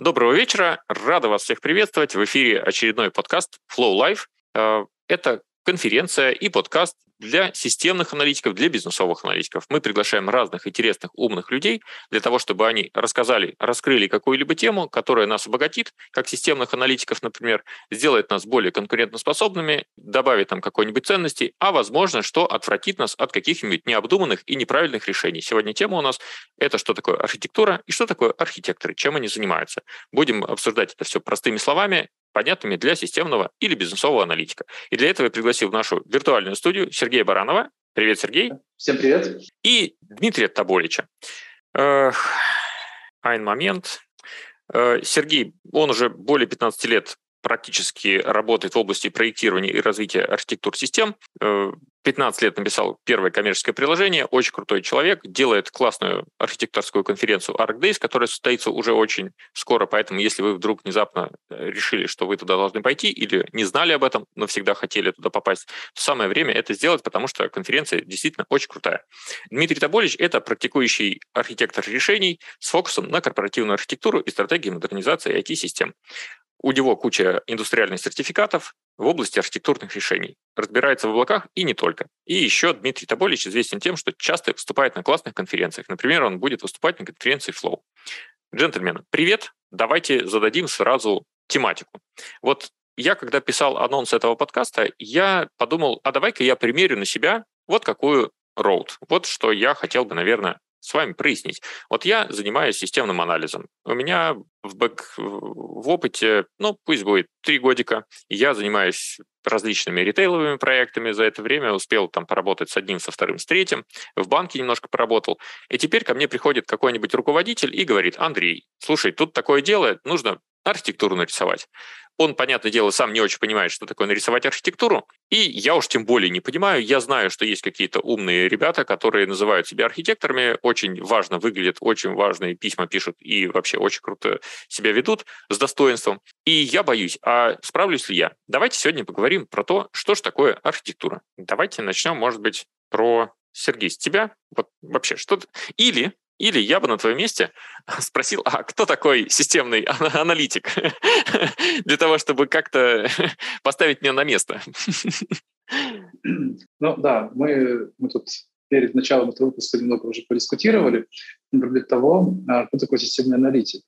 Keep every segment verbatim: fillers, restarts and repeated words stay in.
Доброго вечера. Рада вас всех приветствовать. В эфире очередной подкаст Flow Live. Это конференция и подкаст для системных аналитиков, для бизнесовых аналитиков. Мы приглашаем разных интересных, умных людей для того, чтобы они рассказали, раскрыли какую-либо тему, которая нас обогатит, как системных аналитиков, например, сделает нас более конкурентоспособными, добавит нам какой-нибудь ценности, а возможно, что отвратит нас от каких-нибудь необдуманных и неправильных решений. Сегодня тема у нас – это что такое архитектура и что такое архитекторы, чем они занимаются. Будем обсуждать это все простыми словами, понятными для системного или бизнесового аналитика. И для этого я пригласил в нашу виртуальную студию Сергея Баранова. Привет, Сергей. Всем привет. И Дмитрия Тоболича. Айн момент. Сергей, он уже более пятнадцати лет практически работает в области проектирования и развития архитектур систем. пятнадцать лет написал первое коммерческое приложение, очень крутой человек, делает классную архитекторскую конференцию ArcDays, которая состоится уже очень скоро, поэтому если вы вдруг внезапно решили, что вы туда должны пойти или не знали об этом, но всегда хотели туда попасть, то самое время это сделать, потому что конференция действительно очень крутая. Дмитрий Тоболич – это практикующий архитектор решений с фокусом на корпоративную архитектуру и стратегии модернизации ай ти-систем. У него куча индустриальных сертификатов в области архитектурных решений. Разбирается в облаках и не только. И еще Дмитрий Тоболич известен тем, что часто выступает на классных конференциях. Например, он будет выступать на конференции Flow. Джентльмены, привет! Давайте зададим сразу тематику. Вот я, когда писал анонс этого подкаста, я подумал, а давай-ка я примерю на себя вот какую road. Вот что я хотел бы, наверное, с вами прояснить. Вот я занимаюсь системным анализом. У меня в, бэк, в опыте, ну, пусть будет три годика. Я занимаюсь различными ритейловыми проектами. За это время успел там поработать с одним, со вторым, с третьим. В банке немножко поработал. И теперь ко мне приходит какой-нибудь руководитель и говорит: Андрей, слушай, тут такое дело, нужно архитектуру нарисовать. Он, понятное дело, сам не очень понимает, что такое нарисовать архитектуру, и я уж тем более не понимаю. Я знаю, что есть какие-то умные ребята, которые называют себя архитекторами, очень важно выглядят, очень важные письма пишут и вообще очень круто себя ведут с достоинством. И я боюсь, а справлюсь ли я? Давайте сегодня поговорим про то, что же такое архитектура. Давайте начнем, может быть, про Сергей, с тебя. Вот вообще, что или... Или я бы на твоем месте спросил, а кто такой системный аналитик? Для того, чтобы как-то поставить меня на место. Ну да, мы, мы тут перед началом этого выпуска немного уже подискутировали для того, кто такой системный аналитик.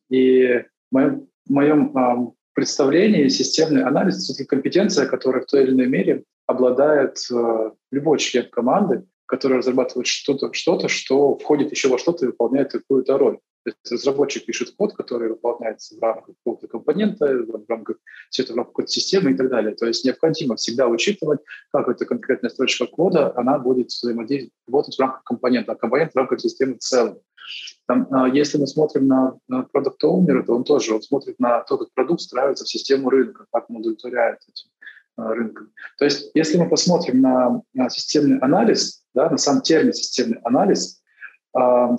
И в моем, в моем представлении системный анализ — это компетенция, которая в той или иной мере обладает любой член команды, который разрабатывает что-то, что-то, что входит еще во что-то и выполняет какую-то роль. То есть разработчик пишет код, который выполняется в рамках какого-то компонента, в рамках, все это в рамках какой-то системы и так далее. То есть необходимо всегда учитывать, как эта конкретная строчка кода, она будет взаимодействовать, работать в рамках компонента, а компонент в рамках системы в целом. Там, если мы смотрим на, на продукт-оунера, то он тоже он смотрит на то, как продукт встраивается в систему рынка, как он удовлетворяет этим рынком. То есть если мы посмотрим на, на системный анализ, да, на сам термин системный анализ, э,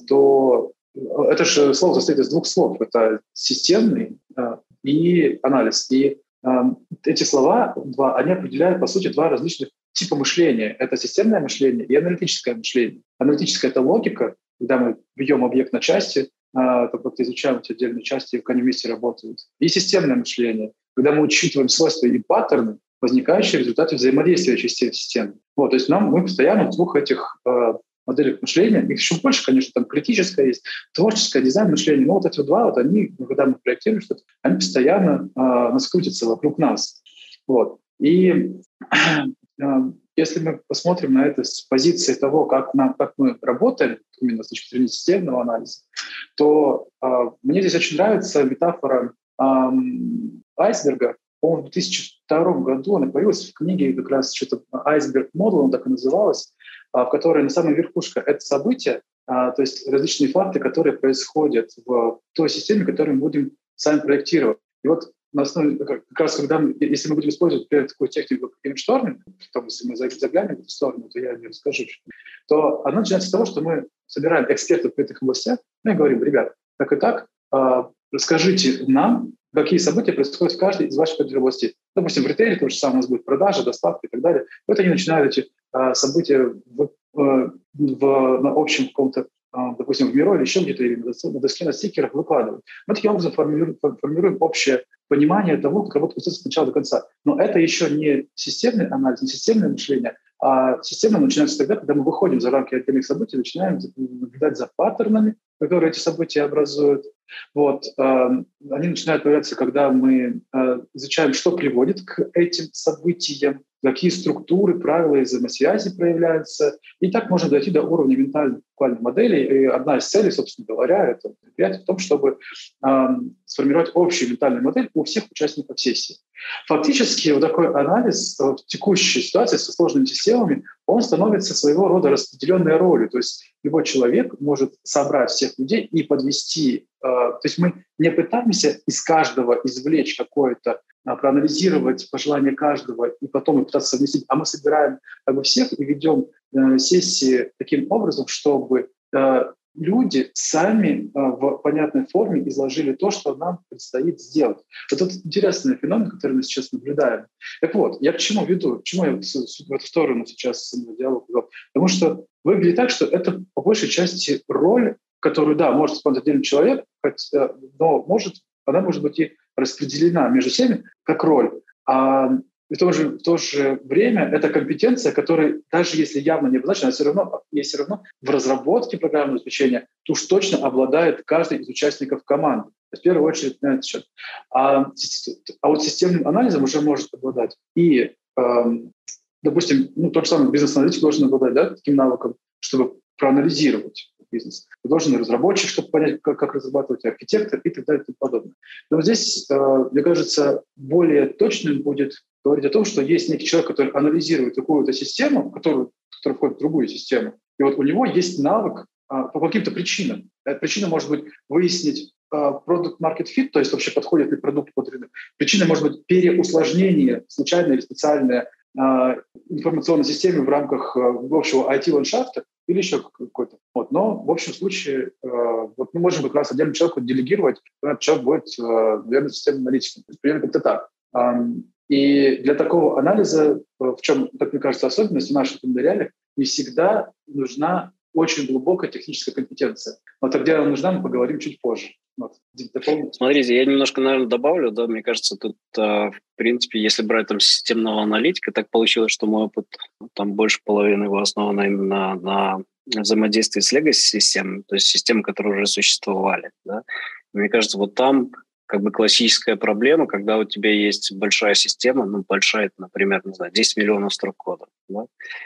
то это же слово состоит из двух слов. Это системный э, и анализ. И э, эти слова, два, они определяют, по сути, два различных типа мышления. Это системное мышление и аналитическое мышление. Аналитическое — это логика, когда мы бьем объект на части, э, как-то изучаем эти отдельные части, и как они вместе работают. И системное мышление, когда мы учитываем свойства и паттерны, возникающие в результате взаимодействия частей системы. Вот, то есть нам, мы постоянно в двух этих э, моделях мышления, их еще больше, конечно, там критическое есть, творческое, дизайн мышления, но вот эти два, вот они, когда мы проектируем что-то, они постоянно э, нас крутятся вокруг нас. Вот. И э, если мы посмотрим на это с позиции того, как, нам, как мы работаем, именно с точки зрения системного анализа, то э, мне здесь очень нравится метафора э, айсберга. По-моему, в две тысячи втором году она появилась в книге как раз что-то «Айсберг Модел», она так и называлась, в которой на самой верхушке это события, то есть различные факты, которые происходят в той системе, которую мы будем сами проектировать. И вот на основе, как раз когда мы, если мы будем использовать, например, такую технику, как имидж-шторминг, потом, если мы заглянем в эту сторону, то я не расскажу, то она начинается с того, что мы собираем экспертов в этих областях, ну и говорим: ребят, так и так, расскажите нам, какие события происходят в каждой из ваших областей. Допустим, в ритейле то же самое, у нас будет продажа, доставка и так далее. Вот они начинают эти а, события в, в, в, на общем каком-то допустим, в Миро или еще где-то, или на доске на стикерах выкладывать. Мы таким образом формируем, формируем общее понимание того, как работает процесс с начала до конца. Но это еще не системный анализ, не системное мышление, а система начинается тогда, когда мы выходим за рамки отдельных событий, начинаем наблюдать за паттернами, которые эти события образуют. Вот. Они начинают появляться, когда мы изучаем, что приводит к этим событиям, какие структуры, правила и взаимосвязи проявляются. И так можно дойти до уровня ментальных буквальных моделей. И одна из целей, собственно говоря, это мероприятие в том, чтобы э, сформировать общую ментальную модель у всех участников сессии. Фактически вот такой анализ в текущей ситуации со сложными системами, он становится своего рода распределенной ролью. То есть любой человек может собрать всех людей и подвести. Э, то есть мы не пытаемся из каждого извлечь какое-то, проанализировать пожелания каждого и потом пытаться совместить, а мы собираем как бы всех и ведем э, сессии таким образом, чтобы э, люди сами э, в понятной форме изложили то, что нам предстоит сделать. Вот это интересный феномен, который мы сейчас наблюдаем. Так вот, я к чему веду? К чему я в, в эту сторону сейчас диалог вел? Потому что выглядит так, что это по большей части роль, которую, да, может исполнять отдельный человек, хотя, но может, она может быть и распределена между всеми как роль. А в то же, в то же время это компетенция, которая, даже если явно не обозначена, она все равно, ей все равно в разработке программного обеспечения уж точно обладает каждый из участников команды. В первую очередь на этот счет. А, а вот системным анализом уже может обладать и, эм, допустим, ну, тот же самый бизнес-аналитик должен обладать, да, таким навыком, чтобы проанализировать бизнес. Вы должны разработчик, чтобы понять, как, как разрабатывать, архитектор и так далее и тому подобное. Но вот здесь, э, мне кажется, более точным будет говорить о том, что есть некий человек, который анализирует какую-то систему, которую, которая входит в другую систему, и вот у него есть навык э, по каким-то причинам. Эта причина может быть выяснить product market fit, то есть вообще подходит ли продукт под рынок. Причина может быть переусложнение, случайное или специальное, информационной системы в рамках общего ай ти-ландшафта или еще какой-то. Вот. Но в общем случае вот мы можем как раз отдельному человеку делегировать, этот человек будет, наверное, системным аналитиком. Примерно как-то так. И для такого анализа, в чем, как мне кажется, особенность в наших реалиях, не всегда нужна очень глубокая техническая компетенция. Но тогда она нужна, мы поговорим чуть позже. Вот. Смотрите, я немножко, наверное, добавлю, да, мне кажется, тут, в принципе, если брать там системного аналитика, так получилось, что мой опыт, там больше половины его основан именно на взаимодействии с легаси-системами, то есть системы, которые уже существовали, да. Мне кажется, вот там как бы классическая проблема, когда у тебя есть большая система, ну, большая, например, не знаю, десять миллионов строк кода, да,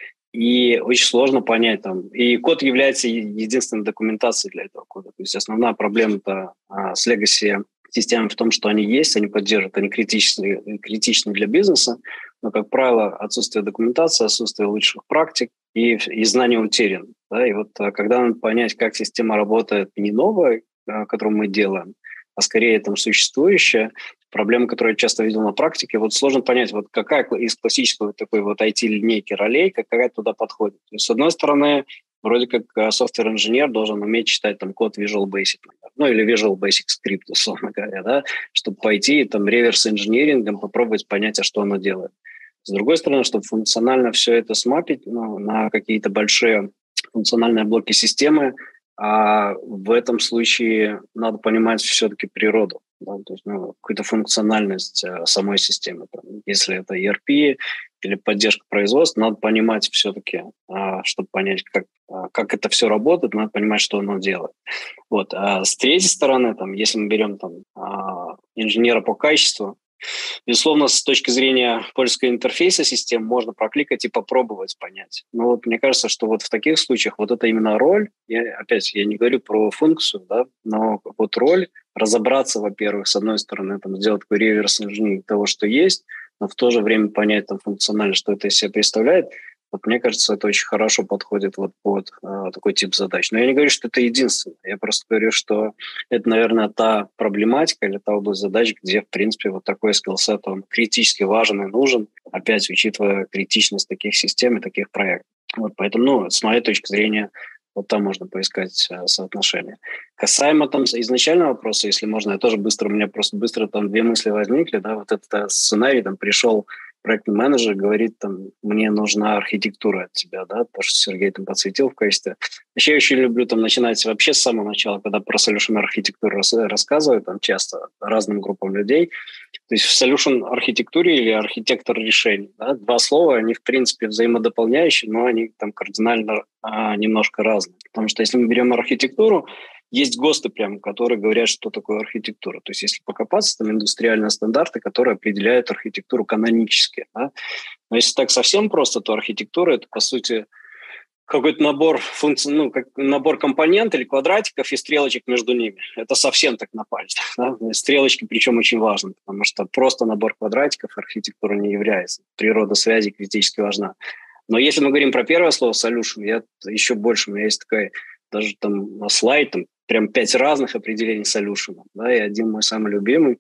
и очень сложно понять там. И код является единственной документацией для этого кода. То есть основная проблема-то а, с legacy системами в том, что они есть, они поддерживают, они критичны, критичны для бизнеса, но, как правило, отсутствие документации, отсутствие лучших практик и, и знания утеряны. Да? И вот когда надо понять, как система работает не новая, которую мы делаем, а скорее там существующая, проблема, которую я часто видел на практике, вот сложно понять, вот какая из классической такой вот ай ти-линейки ролей, какая туда подходит. То есть, с одной стороны, вроде как софтвер-инженер должен уметь читать там код Visual Basic, ну или Visual Basic Script, условно говоря, да, чтобы пойти там реверс-инженерингом попробовать понять, а что оно делает. С другой стороны, чтобы функционально все это смапить ну, на какие-то большие функциональные блоки системы, а в этом случае надо понимать все-таки природу, да, то есть ну, какую-то функциональность э, самой системы. Там, если это и ар пи или поддержка производства, надо понимать все-таки, э, чтобы понять, как, э, как это все работает, надо понимать, что оно делает. Вот. А с третьей стороны, там, если мы берем там, э, инженера по качеству, безусловно, с точки зрения польского интерфейса систем можно прокликать и попробовать понять. Но вот мне кажется, что вот в таких случаях вот это именно роль, я, опять, я не говорю про функцию, да, но вот роль разобраться, во-первых, с одной стороны, там, сделать такой реверс-инженеринг того, что есть, но в то же время понять там функционально, что это из себя представляет. Вот мне кажется, это очень хорошо подходит вот под э, такой тип задач. Но я не говорю, что это единственное. Я просто говорю, что это, наверное, та проблематика или та область задач, где, в принципе, вот такой скиллсет, он критически важен и нужен, опять учитывая критичность таких систем и таких проектов. Вот поэтому, ну, с моей точки зрения, вот там можно поискать э, соотношение. Касаемо там изначального вопроса, если можно, я тоже быстро, у меня просто быстро там две мысли возникли, да, вот этот сценарий, там пришел проектный менеджер говорит, там, мне нужна архитектура от тебя, да, то, что Сергей там подсветил в качестве. Вообще я очень люблю там начинать вообще с самого начала, когда про solution архитектуру рас, рассказываю, там часто разным группам людей. То есть в solution архитектуре или архитектор решений, да, два слова, они в принципе взаимодополняющие, но они там кардинально а, немножко разные. Потому что если мы берем архитектуру, есть ГОСТы прям, которые говорят, что такое архитектура. То есть если покопаться, там индустриальные стандарты, которые определяют архитектуру канонически. Да? Но если так совсем просто, то архитектура – это, по сути, какой-то набор функций, ну, как набор компонент или квадратиков и стрелочек между ними. Это совсем так на пальцах. Да? Стрелочки причем очень важны, потому что просто набор квадратиков архитектура не является. Природа связи критически важна. Но если мы говорим про первое слово solution, я еще больше, у меня есть такой даже там слайд, там прям пять разных определений solution. Да, и один мой самый любимый,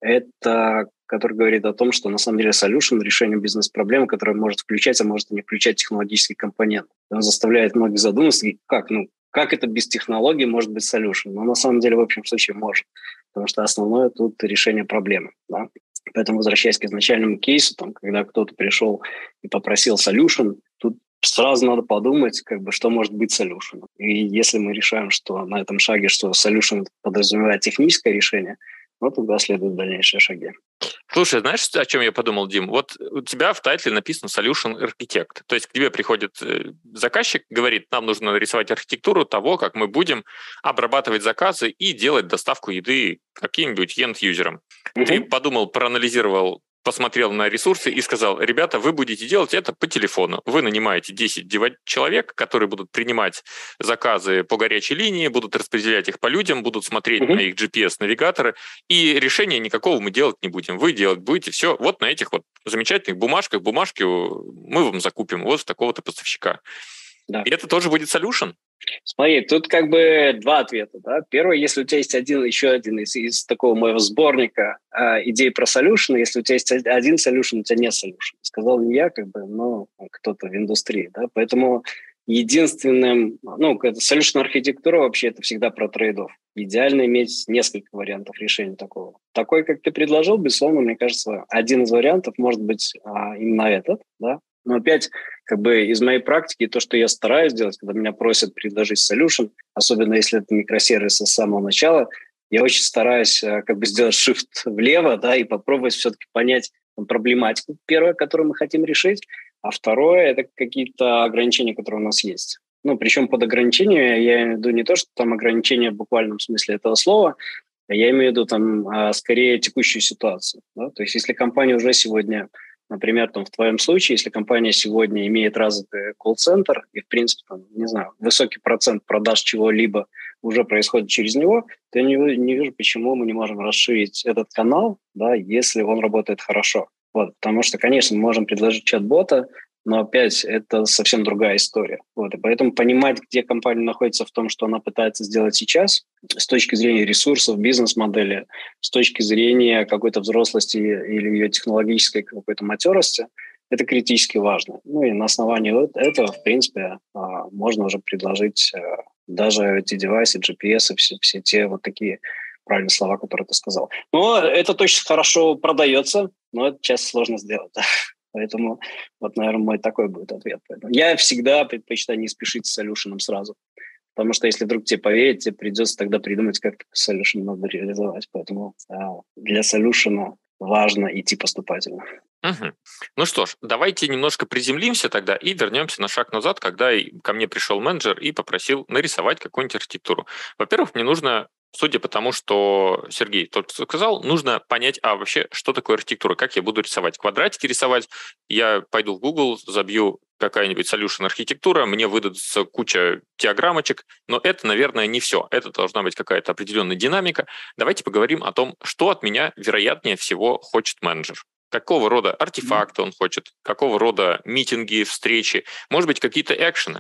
это который говорит о том, что на самом деле solution – решение бизнес-проблемы, которая может включать, а может и не включать технологический компонент. Он заставляет многих задуматься, как, ну, как это без технологий может быть solution? Но на самом деле в общем случае может, потому что основное тут решение проблемы. Да? Поэтому, возвращаясь к изначальному кейсу, там, когда кто-то пришел и попросил solution, тут сразу надо подумать, как бы, что может быть solution. И если мы решаем, что на этом шаге, что solution подразумевает техническое решение, ну, тогда следуют дальнейшие шаги. Слушай, знаешь, о чем я подумал, Дим? Вот у тебя в тайтле написано Solution Architect. То есть к тебе приходит заказчик, говорит, нам нужно нарисовать архитектуру того, как мы будем обрабатывать заказы и делать доставку еды каким-нибудь end-юзерам. Uh-huh. Ты подумал, проанализировал, посмотрел на ресурсы и сказал, ребята, вы будете делать это по телефону. Вы нанимаете десять человек, которые будут принимать заказы по горячей линии, будут распределять их по людям, будут смотреть uh-huh. на их джи пи эс-навигаторы, и решения никакого мы делать не будем. Вы делать будете все вот на этих вот замечательных бумажках. Бумажки мы вам закупим вот с такого-то поставщика. Да. И это тоже будет solution? Смотри, тут как бы два ответа. Да? Первый, если у тебя есть один, еще один из, из такого моего сборника э, идей про solution, если у тебя есть один solution, у тебя нет solution. Сказал не я, как бы, но кто-то в индустрии. Да? Поэтому единственным, ну, solution архитектура вообще это всегда про трейд-офф. Идеально иметь несколько вариантов решения такого. Такой, как ты предложил, безусловно, мне кажется, один из вариантов может быть а, именно этот, да. Но опять, как бы из моей практики, то, что я стараюсь делать, когда меня просят предложить solution, особенно если это микросервисы с самого начала, я очень стараюсь как бы сделать shift влево, да, и попробовать все-таки понять там, проблематику, первое, которую мы хотим решить, а второе – это какие-то ограничения, которые у нас есть. Ну, причем под ограничения я имею в виду не то, что там ограничения в буквальном смысле этого слова, а я имею в виду там скорее текущую ситуацию. Да? То есть если компания уже сегодня... Например, там, в твоем случае, если компания сегодня имеет развитый колл-центр и, в принципе, там, не знаю, высокий процент продаж чего-либо уже происходит через него, то я не, не вижу, почему мы не можем расширить этот канал, да, если он работает хорошо. Вот, потому что, конечно, мы можем предложить чат-бота, но опять это совсем другая история. Вот, и поэтому понимать, где компания находится в том, что она пытается сделать сейчас, с точки зрения ресурсов, бизнес-модели, с точки зрения какой-то взрослости или ее технологической какой-то матерости, это критически важно. Ну и на основании этого, в принципе, можно уже предложить даже эти девайсы, джи пи эс, все, все те вот такие правильные слова, которые ты сказал. Но это точно хорошо продается, но это часто сложно сделать. Поэтому вот, наверное, мой такой будет ответ. Поэтому я всегда предпочитаю не спешить с солюшеном сразу. Потому что если вдруг тебе поверить, тебе придется тогда придумать, как солюшен надо реализовать. Поэтому да, для солюшена важно идти поступательно. Угу. Ну что ж, давайте немножко приземлимся тогда и вернемся на шаг назад, когда ко мне пришел менеджер и попросил нарисовать какую-нибудь архитектуру. Во-первых, мне нужно, судя по тому, что Сергей только что сказал, нужно понять, а вообще, что такое архитектура, как я буду рисовать. Квадратики рисовать, я пойду в Google, забью какая-нибудь solution архитектура, мне выдастся куча диаграммочек, но это, наверное, не все. Это должна быть какая-то определенная динамика. Давайте поговорим о том, что от меня, вероятнее всего, хочет менеджер. Какого рода артефакты он хочет, какого рода митинги, встречи, может быть, какие-то экшены.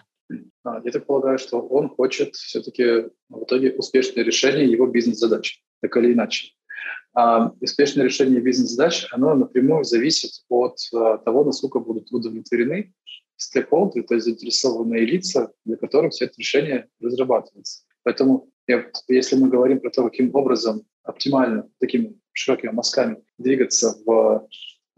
Я так полагаю, что он хочет все-таки в итоге успешное решение его бизнес-задач, так или иначе. А успешное решение бизнес-задач, оно напрямую зависит от того, насколько будут удовлетворены стейкхолдеры, то есть заинтересованные лица, для которых все это решение разрабатывается. Поэтому если мы говорим про то, каким образом оптимально такими широкими мазками двигаться в, в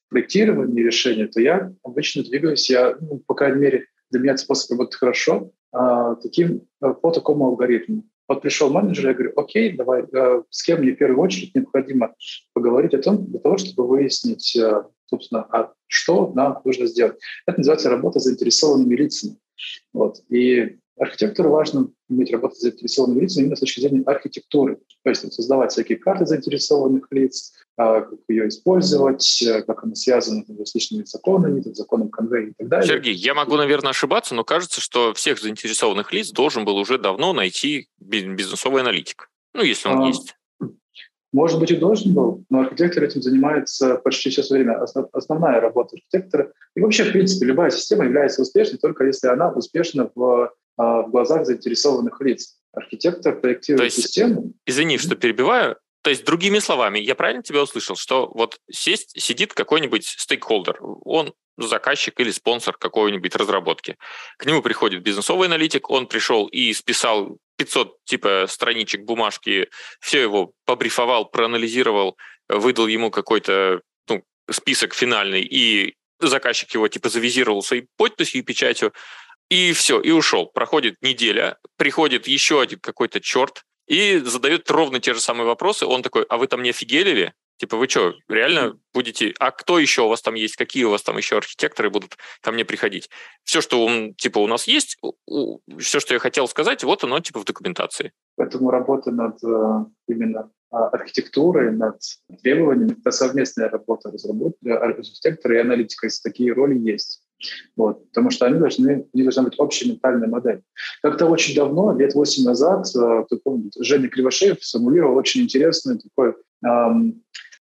проектирования решения, то я обычно двигаюсь, я, ну, по крайней мере, для меня это способ работать хорошо, а, таким, по такому алгоритму. Вот пришел менеджер, я говорю, окей, давай, а, с кем мне в первую очередь необходимо поговорить о том, для того, чтобы выяснить, а, собственно, а что нам нужно сделать. Это называется работа с заинтересованными лицами. Вот. И архитектору важно уметь работать с заинтересованными лицами именно с точки зрения архитектуры. То есть создавать всякие карты заинтересованных лиц, как ее использовать, как она связана там, с личными законами, там, законом конвей и так далее. Сергей, я могу, наверное, ошибаться, но кажется, что всех заинтересованных лиц должен был уже давно найти бизнесовый аналитик. Ну, если он а, есть. Может быть, и должен был, но архитектор этим занимается почти все свое время. Основная работа архитектора. И вообще, в принципе, любая система является успешной, только если она успешна в, в глазах заинтересованных лиц. Архитектор проектирует То есть, систему. Извини, mm-hmm. что перебиваю. То есть, другими словами, я правильно тебя услышал, что вот сесть, сидит какой-нибудь стейкхолдер, он заказчик или спонсор какой-нибудь разработки. К нему приходит бизнесовый аналитик, он пришел и списал пятьсот типа страничек бумажки, все его побрифовал, проанализировал, выдал ему какой-то ну, список финальный, и заказчик его типа завизировал своей подписью и печатью, и все, и ушел. Проходит неделя, приходит еще один какой-то черт и задает ровно те же самые вопросы. Он такой, а вы там не офигели? Типа, вы что, реально будете... А кто еще у вас там есть? Какие у вас там еще архитекторы будут ко мне приходить? Все, что он, типа, у нас есть, у, все, что я хотел сказать, вот оно типа в документации. Поэтому работа над именно архитектурой, над требованиями, это совместная работа архитектора и аналитика, если такие роли есть. Вот, потому что они должны, у них должна быть общая ментальная модель. Как-то очень давно, лет восемь назад, Женя Кривошеев сформулировал очень интересную такой, эм,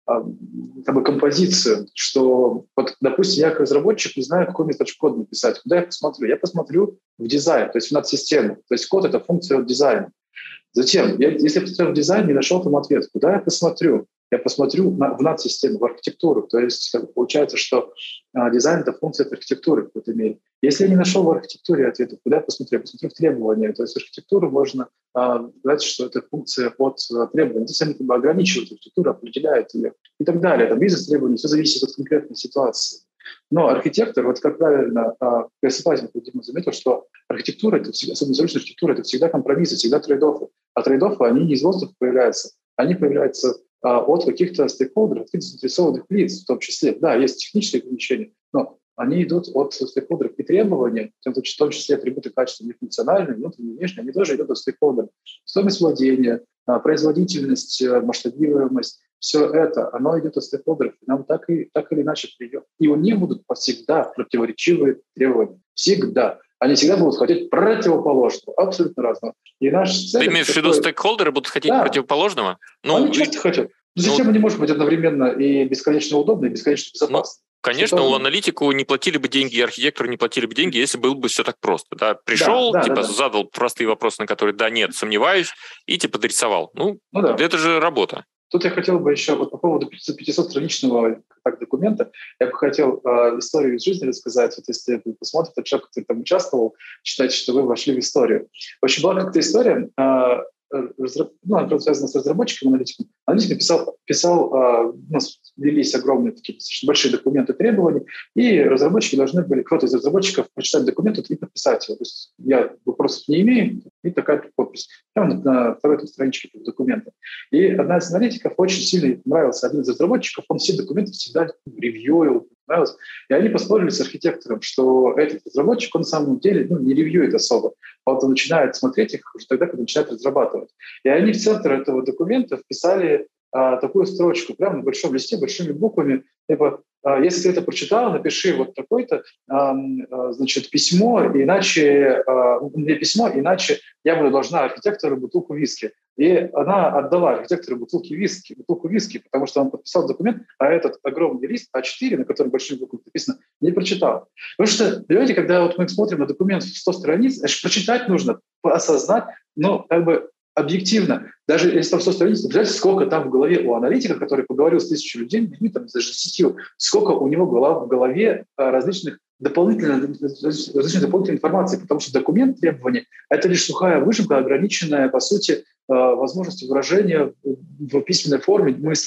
эм, как бы композицию, что, вот, допустим, я как разработчик не знаю, какой мне код написать. Куда я посмотрю? Я посмотрю в дизайн, то есть в надсистему. То есть код — это функция от дизайна. Затем, я, если я посмотрел в дизайн, не нашел там ответ. Куда я посмотрю? Я посмотрю на, в надсистему, в архитектуру. То есть как бы, получается, что а, дизайн — это функция от архитектуры в какой-то мере. Если я не нашел в архитектуре ответа, куда я посмотрю? Я посмотрю в требования. То есть архитектуру можно а, сказать, что это функция от а, требований. То есть они как бы ограничивают архитектуру, определяют ее и так далее. Там бизнес-требования, все зависит от конкретной ситуации. Но архитектор, вот как правильно Красипазин заметил, что архитектура, это всегда, особенно изолированная архитектура, это всегда компромиссы, всегда трейд-оффы. А трейд-оффы, они не из воздуха появляются, они появляются а, от каких-то стейкхолдеров, от каких-то заинтересованных лиц в том числе. Да, есть технические ограничения, но они идут от стейкхолдеров. И требования, в том числе атрибуты качества, не функциональные, внутренние, внешние, они тоже идут от стейкхолдеров. Стоимость владения, производительность, масштабируемость, все это, оно идет от стейкхолдеров, нам так, и, так или иначе придет. И у них будут всегда противоречивые требования. Всегда. Они всегда будут хотеть противоположного, абсолютно разного. И наш цель... Ты имеешь в виду, такой... стейкхолдеры будут хотеть да. противоположного? Ну, они часто хотят. Но система ну... не может быть одновременно и бесконечно удобной, и бесконечно безопасной. Ну, конечно, что у аналитику не платили бы деньги, и архитектору не платили бы деньги, если было бы все так просто. Да? Пришел, да, да, типа, да, да. задал простые вопросы, на которые да, нет, сомневаюсь, и типа дорисовал. Ну, ну да. Это же работа. Тут я хотел бы еще вот по поводу пятисотстраничного так, документа, я бы хотел э, историю из жизни рассказать. Вот если вы посмотрите, тот человек, который там участвовал, считайте, что вы вошли в историю. Очень была как-то история, э, разраб... ну, она связана с разработчиком, аналитиком. Аналитик писал, писал э, у нас велись огромные такие большие документы требований, и разработчики должны были, кто-то из разработчиков прочитать документ и подписать его. То есть я вопросов не имею, и такая подпись. Прямо на второй страничке документа. И одна из аналитиков очень сильно нравился, один из разработчиков, он все документы всегда ревьюил, нравился. И они поспорили с архитектором, что этот разработчик, он на самом деле ну, не ревьюет особо, а вот он начинает смотреть их уже тогда, когда начинает разрабатывать. И они в центр этого документа вписали а, такую строчку, прямо на большом листе, большими буквами, типа, а, если ты это прочитал, напиши вот такое-то, а, а, значит, письмо, иначе, а, мне письмо, иначе я буду должна архитектору бутылку виски. И она отдала архитектору бутылки виски, бутылку виски, потому что он подписал документ, а этот огромный лист а четыре, на котором большими буквами написано, не прочитал. Потому что, понимаете, когда вот мы смотрим на документ в сто страниц, аж прочитать нужно, осознать, но как бы объективно, даже если там сто страниц, представляете, сколько там в голове у аналитика, который поговорил с тысячей людей, там, даже десятью, сколько у него в голове различных дополнительной, различной дополнительной информации, потому что документ требований — это лишь сухая выжимка, ограниченная, по сути, возможностью выражения в письменной форме мыслей.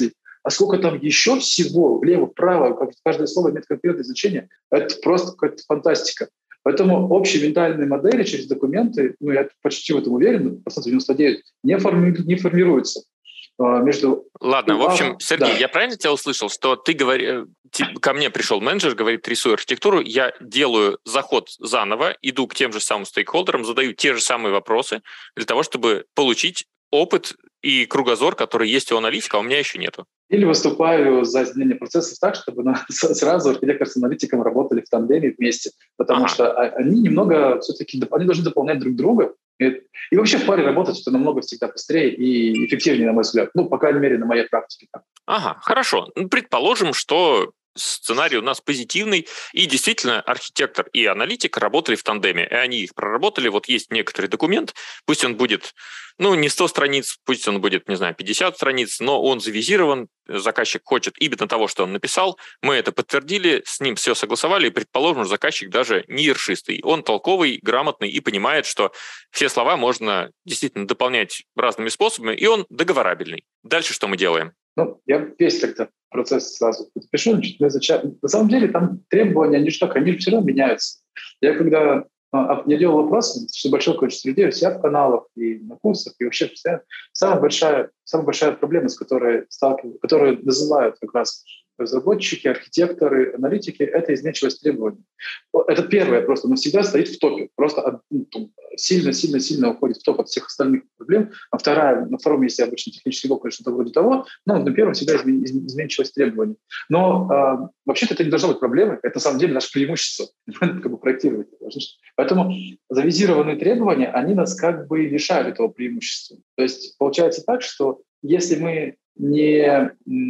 А сколько там еще всего, влево, вправо, как каждое слово имеет конкретное значение, это просто какая-то фантастика. Поэтому общие ментальные модели через документы, ну, я почти в этом уверен, процентов девяносто девять, не, форми, не формируются. Между... Ладно, в общем, Сергей, да. я правильно тебя услышал, что ты говори, ко мне пришел менеджер, говорит, рисую архитектуру, я делаю заход заново, иду к тем же самым стейкхолдерам, задаю те же самые вопросы для того, чтобы получить опыт и кругозор, который есть у аналитика, а у меня еще нету. Или выступаю за изменение процессов так, чтобы сразу архитектор с аналитиком работали в тандеме вместе, потому ага. что они немного все-таки они должны дополнять друг друга. И, и вообще в паре работать это намного всегда быстрее и эффективнее, на мой взгляд. Ну, по крайней мере, на моей практике. Ага, хорошо. Предположим, что сценарий у нас позитивный, и действительно архитектор и аналитик работали в тандеме, и они их проработали. Вот есть некоторый документ, пусть он будет, ну, не сто страниц, пусть он будет, не знаю, пятьдесят страниц, но он завизирован, заказчик хочет именно того, что он написал, мы это подтвердили, с ним все согласовали, и, предположим, заказчик даже не ершистый. Он толковый, грамотный и понимает, что все слова можно действительно дополнять разными способами, и он договорабельный. Дальше что мы делаем? Ну, я весь тогда процесс сразу пишу, значит, мы изучаем. На самом деле там требования, они же так, они же все равно меняются. Я когда а, я делал вопросы, что большое количество людей у себя в каналах и на курсах, и вообще постоянно, самая большая, самая большая проблема, с которой сталкиваются, которую называют как раз разработчики, архитекторы, аналитики, это изменчивость требований. Это первое просто, но всегда стоит в топе, просто сильно-сильно-сильно уходит в топ от всех остальных проблем. А вторая, на втором месте обычно технический блок или что-то вроде того, но на первом всегда изменчивость требований. Но э, вообще-то это не должно быть проблемой, это на самом деле наше преимущество, как бы проектировать. Поэтому завизированные требования, они нас как бы лишают этого преимущества. То есть получается так, что если мы не...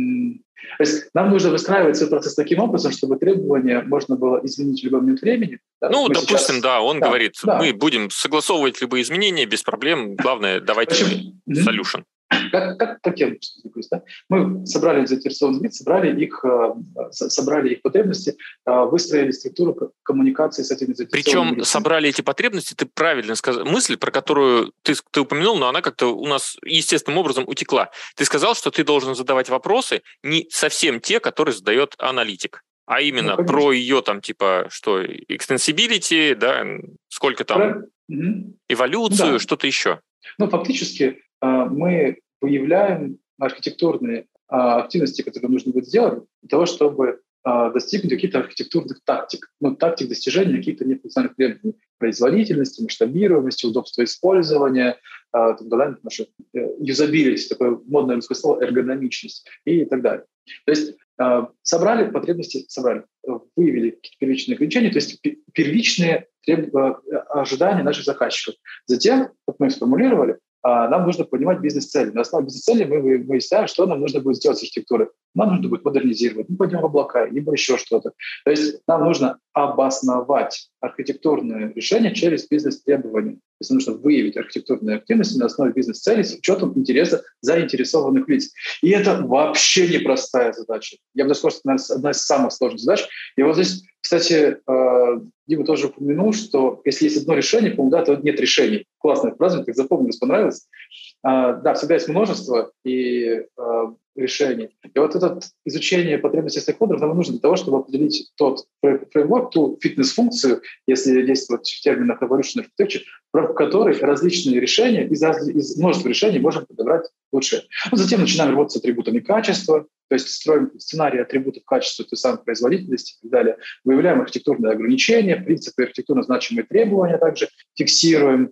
То есть нам нужно выстраивать свой процесс таким образом, чтобы требования можно было изменить в любой момент времени. Да? Ну, мы допустим, сейчас... да, он да, говорит, да. мы будем согласовывать любые изменения без проблем, главное, давайте solution. Как, как, как я да? Мы собрали заинтересованных лиц, собрали их, собрали их потребности, выстроили структуру коммуникации с этими заинтересованными Причем лицами. Собрали эти потребности, ты правильно сказал, мысль, про которую ты, ты упомянул, но она как-то у нас естественным образом утекла. Ты сказал, что ты должен задавать вопросы не совсем те, которые задает аналитик, а именно ну, про ее там типа что, extensibility, да, сколько там, про... эволюцию, да. Что-то еще. Ну, фактически мы выявляем архитектурные активности, которые нужно будет сделать для того, чтобы достигнуть каких-то архитектурных тактик. Ну, тактик достижения каких-то нефункциональных требований. Производительности, масштабируемости, удобства использования, нашей юзабилити, такое модное русское слово, эргономичность и так далее. То есть собрали потребности, собрали, выявили какие-то первичные ограничения, то есть первичные треб... ожидания наших заказчиков. Затем, как мы их сформулировали, нам нужно понимать бизнес-цели. На основе бизнес-цели мы выясняем, что нам нужно будет сделать с архитектурой. Нам нужно будет модернизировать, мы пойдем в облака, либо еще что-то. То есть нам нужно обосновать архитектурное решение через бизнес-требования. То есть нам нужно выявить архитектурные активности на основе бизнес-целей с учетом интереса заинтересованных лиц. И это вообще непростая задача. Я бы даже сказал, что это одна из самых сложных задач. И вот здесь, кстати, Дима тоже упомянул, что если есть одно решение, по-моему, да, то нет решений. Классная фраза, мне так запомнилось, понравилось. Да, всегда есть множество и решений. И вот это изучение потребностей стейкхолдеров нам нужно для того, чтобы определить тот фреймворк, ту фитнес-функцию, если действовать в терминах evolution architecture, в которой различные решения, из, из множества решений можем подобрать лучшее. Ну, затем начинаем работать с атрибутами качества, то есть строим сценарий атрибутов качества, той самой производительности и так далее. Выявляем архитектурные ограничения, принципы архитектурно значимые требования также фиксируем.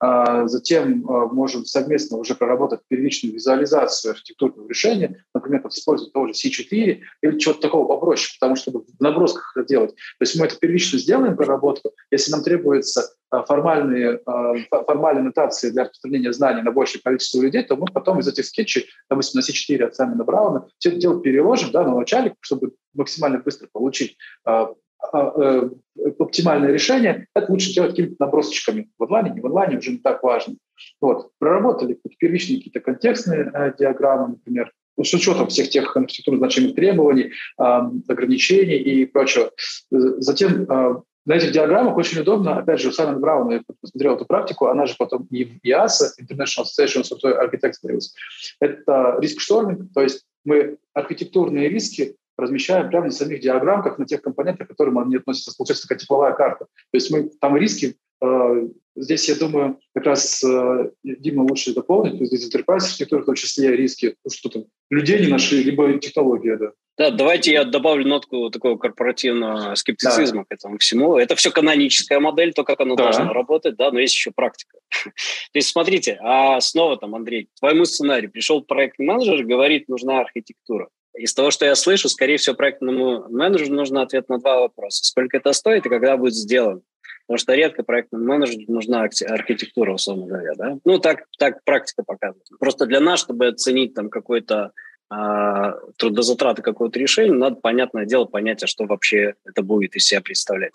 Затем можем совместно уже проработать первичную визуализацию архитектурного решения, например, использовать того же си четыре или чего-то такого попроще, потому что в набросках это делать. То есть мы это первично сделаем, проработку. Если нам требуется формальные, формальные нотации для распространения знаний на большее количество людей, то мы потом из этих скетчей, допустим, на си четыре от Саймона Брауна, все это дело переложим, да, на начале, чтобы максимально быстро получить оптимальное решение, это лучше делать какими-то набросочками. В онлайне, не в онлайне, уже не так важно. Вот. Проработали первичные какие-то контекстные э, диаграммы, например, ну, с учетом всех тех архитектурно значимых требований, э, ограничений и прочего. Затем э, на этих диаграммах очень удобно, опять же, у Саймона Брауна, я посмотрел эту практику, она же потом и в ай эй эс, International Association of Software Architects, это риск-шторминг, то есть мы архитектурные риски размещаем прямо на самих диаграммах, на тех компонентах, к которым они относятся. Получается такая тепловая карта. То есть мы там риски, э, здесь, я думаю, как раз э, Дима лучше дополнит, то есть здесь enterprise архитектура, в том числе риски, что там людей не нашли, либо технология, да. Да, давайте я добавлю нотку такого корпоративного скептицизма да. к этому всему. Это все каноническая модель, то, как она да. должна работать, да, но есть еще практика. То есть смотрите, а снова там, Андрей, к твоему сценарию пришел проектный менеджер, говорит, нужна архитектура. Из того, что я слышу, скорее всего, проектному менеджеру нужен ответ на два вопроса. Сколько это стоит и когда будет сделано? Потому что редко проектному менеджеру нужна архитектура, условно говоря. Да? Ну, так, так практика показывает. Просто для нас, чтобы оценить там какой-то а, трудозатраты какого-то решения, надо, понятное дело, понять, а что вообще это будет из себя представлять.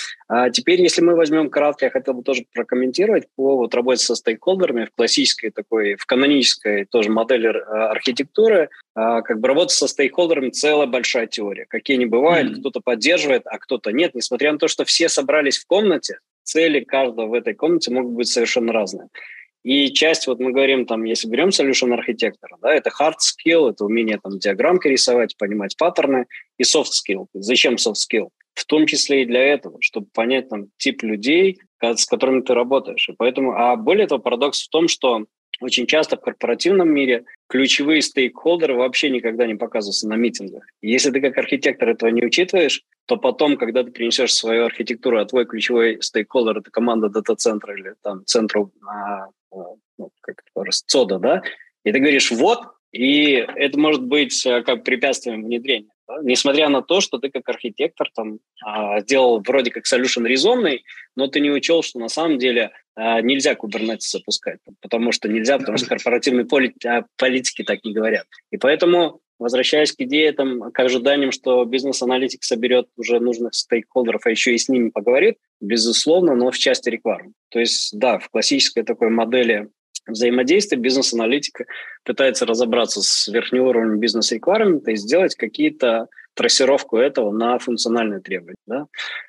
А теперь, если мы возьмем кратко, я хотел бы тоже прокомментировать по вот, работе со стейкхолдерами в классической такой, в канонической тоже модели архитектуры, а, как бы работа со стейкхолдерами целая большая теория. Какие они бывают, mm-hmm. кто-то поддерживает, а кто-то нет. Несмотря на то, что все собрались в комнате, цели каждого в этой комнате могут быть совершенно разные. И часть, вот мы говорим, там, если берем solution архитектора, да, это hard skill, это умение там диаграммки рисовать, понимать паттерны, и soft skill. Зачем soft skill? В том числе и для этого, чтобы понять там тип людей, с которыми ты работаешь. И поэтому, а более того, парадокс в том, что очень часто в корпоративном мире ключевые стейкхолдеры вообще никогда не показываются на митингах. И если ты как архитектор этого не учитываешь, то потом, когда ты принесешь свою архитектуру, а твой ключевой стейкхолдер – это команда дата-центра или там центру, а, ну, как это, ЦОДа, да, и ты говоришь «вот», и это может быть как препятствием внедрения. Да? Несмотря на то, что ты как архитектор там, а, сделал вроде как solution резонный, но ты не учел, что на самом деле а, нельзя Kubernetes запускать, потому что нельзя, потому что корпоративные полит- а, политики так не говорят. И поэтому, возвращаясь к идее, там, к ожиданиям, что бизнес-аналитик соберет уже нужных стейкхолдеров, а еще и с ними поговорит, безусловно, но в части requirement. То есть, да, в классической такой модели взаимодействия бизнес-аналитика пытается разобраться с верхним уровнем бизнес-реквайрмента и сделать какие-то трассировку этого на функциональные требования. Да?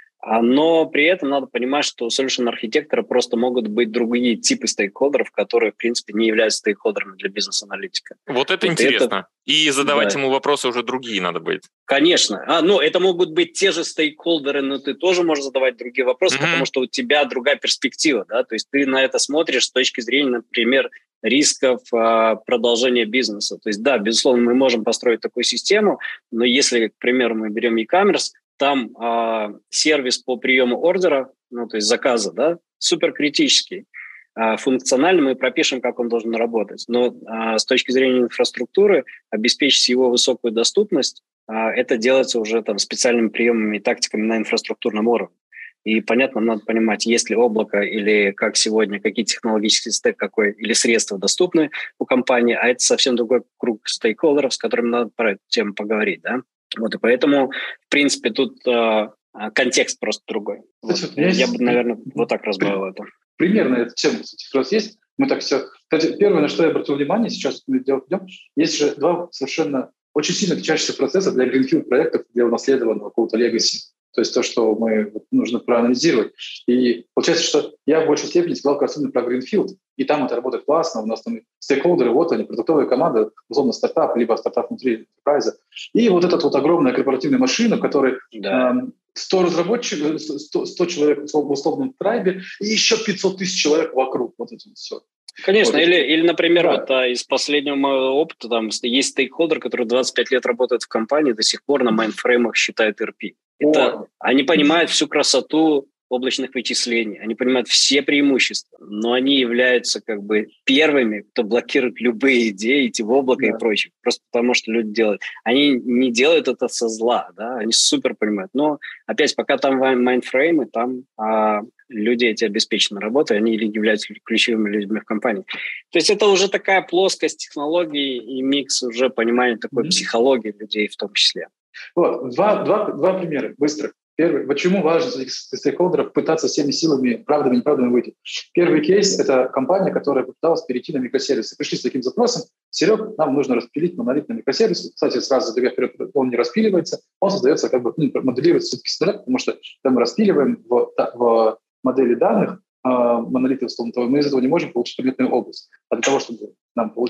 Но при этом надо понимать, что у solution-архитектора просто могут быть другие типы стейкхолдеров, которые, в принципе, не являются стейкхолдерами для бизнес-аналитика. Вот это вот интересно. Это... И задавать да. ему вопросы уже другие надо будет. Конечно. А, ну, это могут быть те же стейкхолдеры, но ты тоже можешь задавать другие вопросы, mm-hmm. потому что у тебя другая перспектива. Да? То есть ты на это смотришь с точки зрения, например, рисков а, продолжения бизнеса. То есть, да, безусловно, мы можем построить такую систему, но если, к примеру, мы берем e-commerce, там а, сервис по приему ордера, ну, то есть заказа, да, суперкритический. А, функционально мы пропишем, как он должен работать. Но а, с точки зрения инфраструктуры обеспечить его высокую доступность, а, это делается уже там специальными приемами и тактиками на инфраструктурном уровне. И, понятно, надо понимать, есть ли облако или как сегодня, какие технологические стек, какой, или средства доступны у компании, а это совсем другой круг стейкхолдеров, с которыми надо про эту тему поговорить, да. Вот, и поэтому, в принципе, тут э, контекст просто другой. Вот. Есть... Я бы, наверное, вот так разбавил это. Примерно эта тема, кстати, как раз есть. Мы так все... Кстати, первое, на что я обратил внимание, сейчас мы делать идем, есть же два совершенно очень сильно отличающихся процесса для greenfield проектов, для унаследованного какого-то legacy. То есть то, что мы нужно проанализировать. И получается, что я в большей степени сказал как раз именно про Greenfield, и там это работает классно, у нас там стейкхолдеры, вот они, продуктовая команда, условно стартап, либо стартап внутри enterprise. И вот эта вот огромная корпоративная машина, в которой да. э, сто разработчиков, сто, сто человек в условном трайбе и еще пятьсот тысяч человек вокруг. Вот это вот все. Конечно, вот. или, или, например, да. вот, а, из последнего моего опыта, там есть стейкхолдер, который двадцать пять лет работает в компании, до сих пор на майнфреймах считает эр пи. Это, они понимают всю красоту облачных вычислений, они понимают все преимущества, но они являются как бы первыми, кто блокирует любые идеи, идти в облако да. и прочее, просто потому что люди делают. Они не делают это со зла, да, они супер понимают. Но опять, пока там майнфреймы, там а, люди эти обеспечены работой, они являются ключевыми людьми в компании. То есть это уже такая плоскость технологий и микс уже понимания такой mm-hmm. психологии людей в том числе. Вот, два, два, два примера, быстро. Первый, почему важно среди стейкхолдеров пытаться всеми силами, правдами и неправдами выйти. Первый кейс – это компания, которая попыталась перейти на микросервисы. Пришли с таким запросом: Серег, нам нужно распилить монолит на микросервисы. Кстати, сразу забегая вперед, он не распиливается, он создается, как бы, ну, моделируется все-таки с нуля, потому что когда мы распиливаем в, в модели данных, монолиты, мы из этого не можем получить предметную область. А для того, чтобы нам получить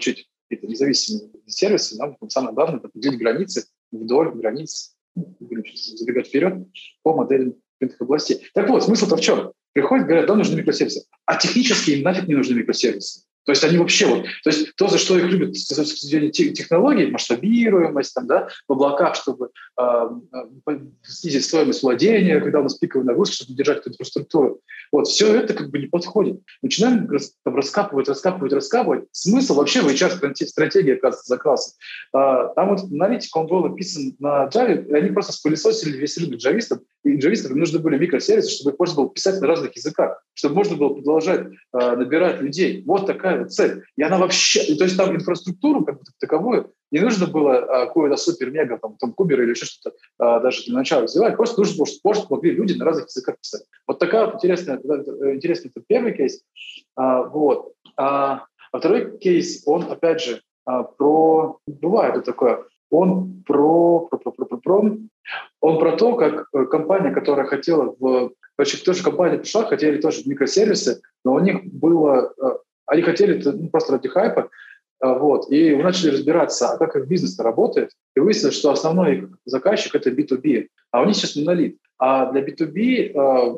какие-то независимые сервисы, нам самое главное — это определить границы вдоль границ, ну, будем забегать вперед, по моделям рынных областей. Так вот, смысл-то в чем? Приходят, говорят, да, нужны микросервисы. А технически им нафиг не нужны микросервисы. То есть они вообще вот, то есть то, за что их любят с точки зрения технологий, масштабируемость, там, да, в облаках, чтобы э, снизить стоимость владения, когда у нас пиковая нагрузка, чтобы держать эту инфраструктуру. Вот, все это как бы не подходит. Начинаем там, раскапывать, раскапывать, раскапывать. Смысл вообще в эйч ар-стратегии, оказывается, закраса. А, там вот аналитик, он был написан на Java, и они просто спылесосили весь рынок джавистов, и джавистам нужны были микросервисы, чтобы их можно было писать на разных языках, чтобы можно было продолжать а, набирать людей. Вот такая вот цель. И она вообще... То есть там инфраструктуру как бы таковую не нужно было а, какое-то супер-мега, там, там, кубер или еще что-то а, даже для начала развивать. Просто нужно было, чтобы могли люди на разных языках писать. Вот такая вот интересная, интересный это первый кейс. А, вот. А, а второй кейс, он, опять же, а, про... Бывает вот такое. Он про, про, про, про, про, про... Он про то, как компания, которая хотела в... Вообще, тоже компания пришла, хотели тоже микросервисы, но у них было... Они хотели ну, просто ради хайпа, вот, и мы начали разбираться, а как их бизнес работает, и выяснилось, что основной их заказчик — это би ту би, а у них сейчас монолит. А для би ту би,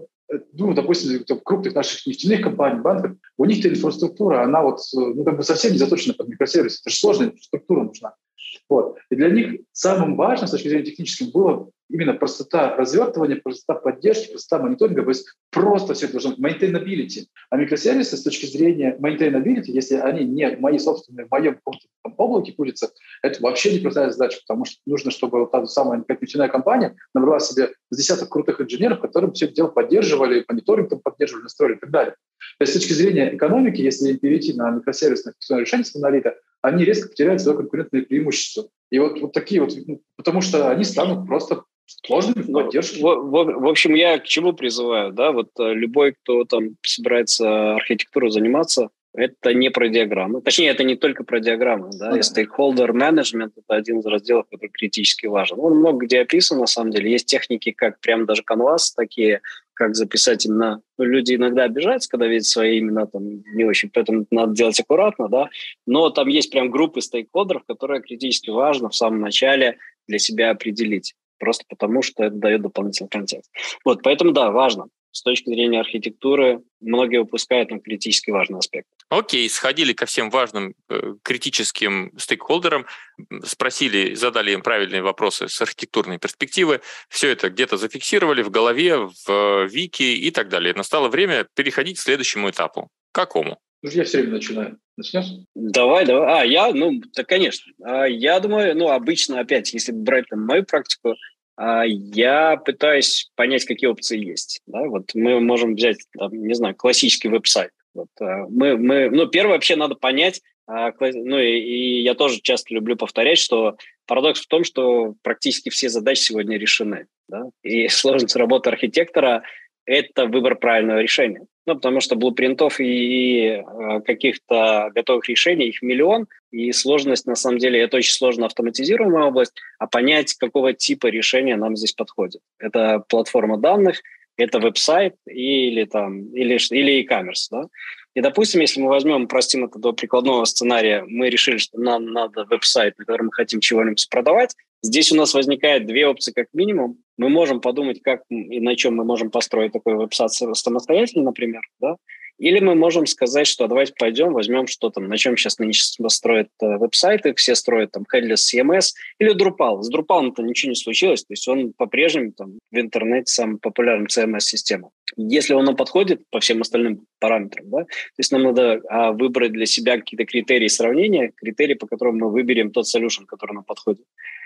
ну, допустим, крупных наших нефтяных компаний, банков, у них-то инфраструктура, она вот, ну, как бы совсем не заточена под микросервисы, это же сложная инфраструктура нужна. Вот. И для них самым важным с точки зрения технической было именно простота развертывания, простота поддержки, простота мониторинга, то есть просто все это должно быть maintainability. А микросервисы с точки зрения maintainability, если они не мои собственные, в моем облаке крутятся, это вообще непростая задача, потому что нужно, чтобы вот та самая нефтяная компания набрала себе с десяток крутых инженеров, которые все это дело поддерживали, мониторинг там поддерживали, настроили и так далее. То есть с точки зрения экономики, если перейти на микросервисное решение с монолита, они резко потеряют свое конкурентное преимущество. И вот, вот такие вот, ну, потому что они станут просто сложными в поддержке. В, в, в общем, я к чему призываю, да, вот любой, кто там собирается архитектурой заниматься, это не про диаграммы. Точнее, это не только про диаграммы, да, и stakeholder management — это один из разделов, который критически важен. Он много где описан, на самом деле. Есть техники, как прям даже Canvas, такие, как записать имена. Ну, люди иногда обижаются, когда видят свои имена там не очень, поэтому надо делать аккуратно, да. Но там есть прям группы стейкхолдеров, которые критически важно в самом начале для себя определить. Просто потому, что это дает дополнительный контекст. Вот, поэтому, да, важно. С точки зрения архитектуры многие упускают на критически важный аспект. Окей, сходили ко всем важным э, критическим стейкхолдерам, спросили, задали им правильные вопросы с архитектурной перспективы, все это где-то зафиксировали в голове, в вики и так далее. Настало время переходить к следующему этапу. Какому? Я все время начинаю. Начнешь? Давай, давай. А, я, ну, да, конечно. А, я думаю, ну, обычно, опять, если брать там мою практику, а, я пытаюсь понять, какие опции есть. Да? Вот мы можем взять, там, не знаю, классический веб-сайт. Вот, а, мы, мы, ну, первое, вообще надо понять, а, ну, и, и я тоже часто люблю повторять, что парадокс в том, что практически все задачи сегодня решены. Да? И сложность работы архитектора – это выбор правильного решения. Ну, потому что блупринтов и, и каких-то готовых решений, их миллион, и сложность, на самом деле, это очень сложно автоматизируемая область, а понять, какого типа решения нам здесь подходит. Это платформа данных, это веб-сайт или, там, или, или e-commerce. Да? И, допустим, если мы возьмем, упростим это до прикладного сценария, мы решили, что нам надо веб-сайт, на котором мы хотим чего-нибудь продавать, здесь у нас возникает две опции как минимум. Мы можем подумать, как и на чем мы можем построить такой веб-сайт самостоятельно, например, да? Или мы можем сказать, что давайте пойдем, возьмем что там, на чем сейчас нынче строят веб-сайты, все строят там Headless си эм эс или Drupal. С Drupal-то ничего не случилось, то есть он по-прежнему там в интернете самый популярный си эм эс-система. Если он нам подходит по всем остальным параметрам, да, то есть нам надо а, выбрать для себя какие-то критерии сравнения, критерии, по которым мы выберем тот solution, который нам подходит.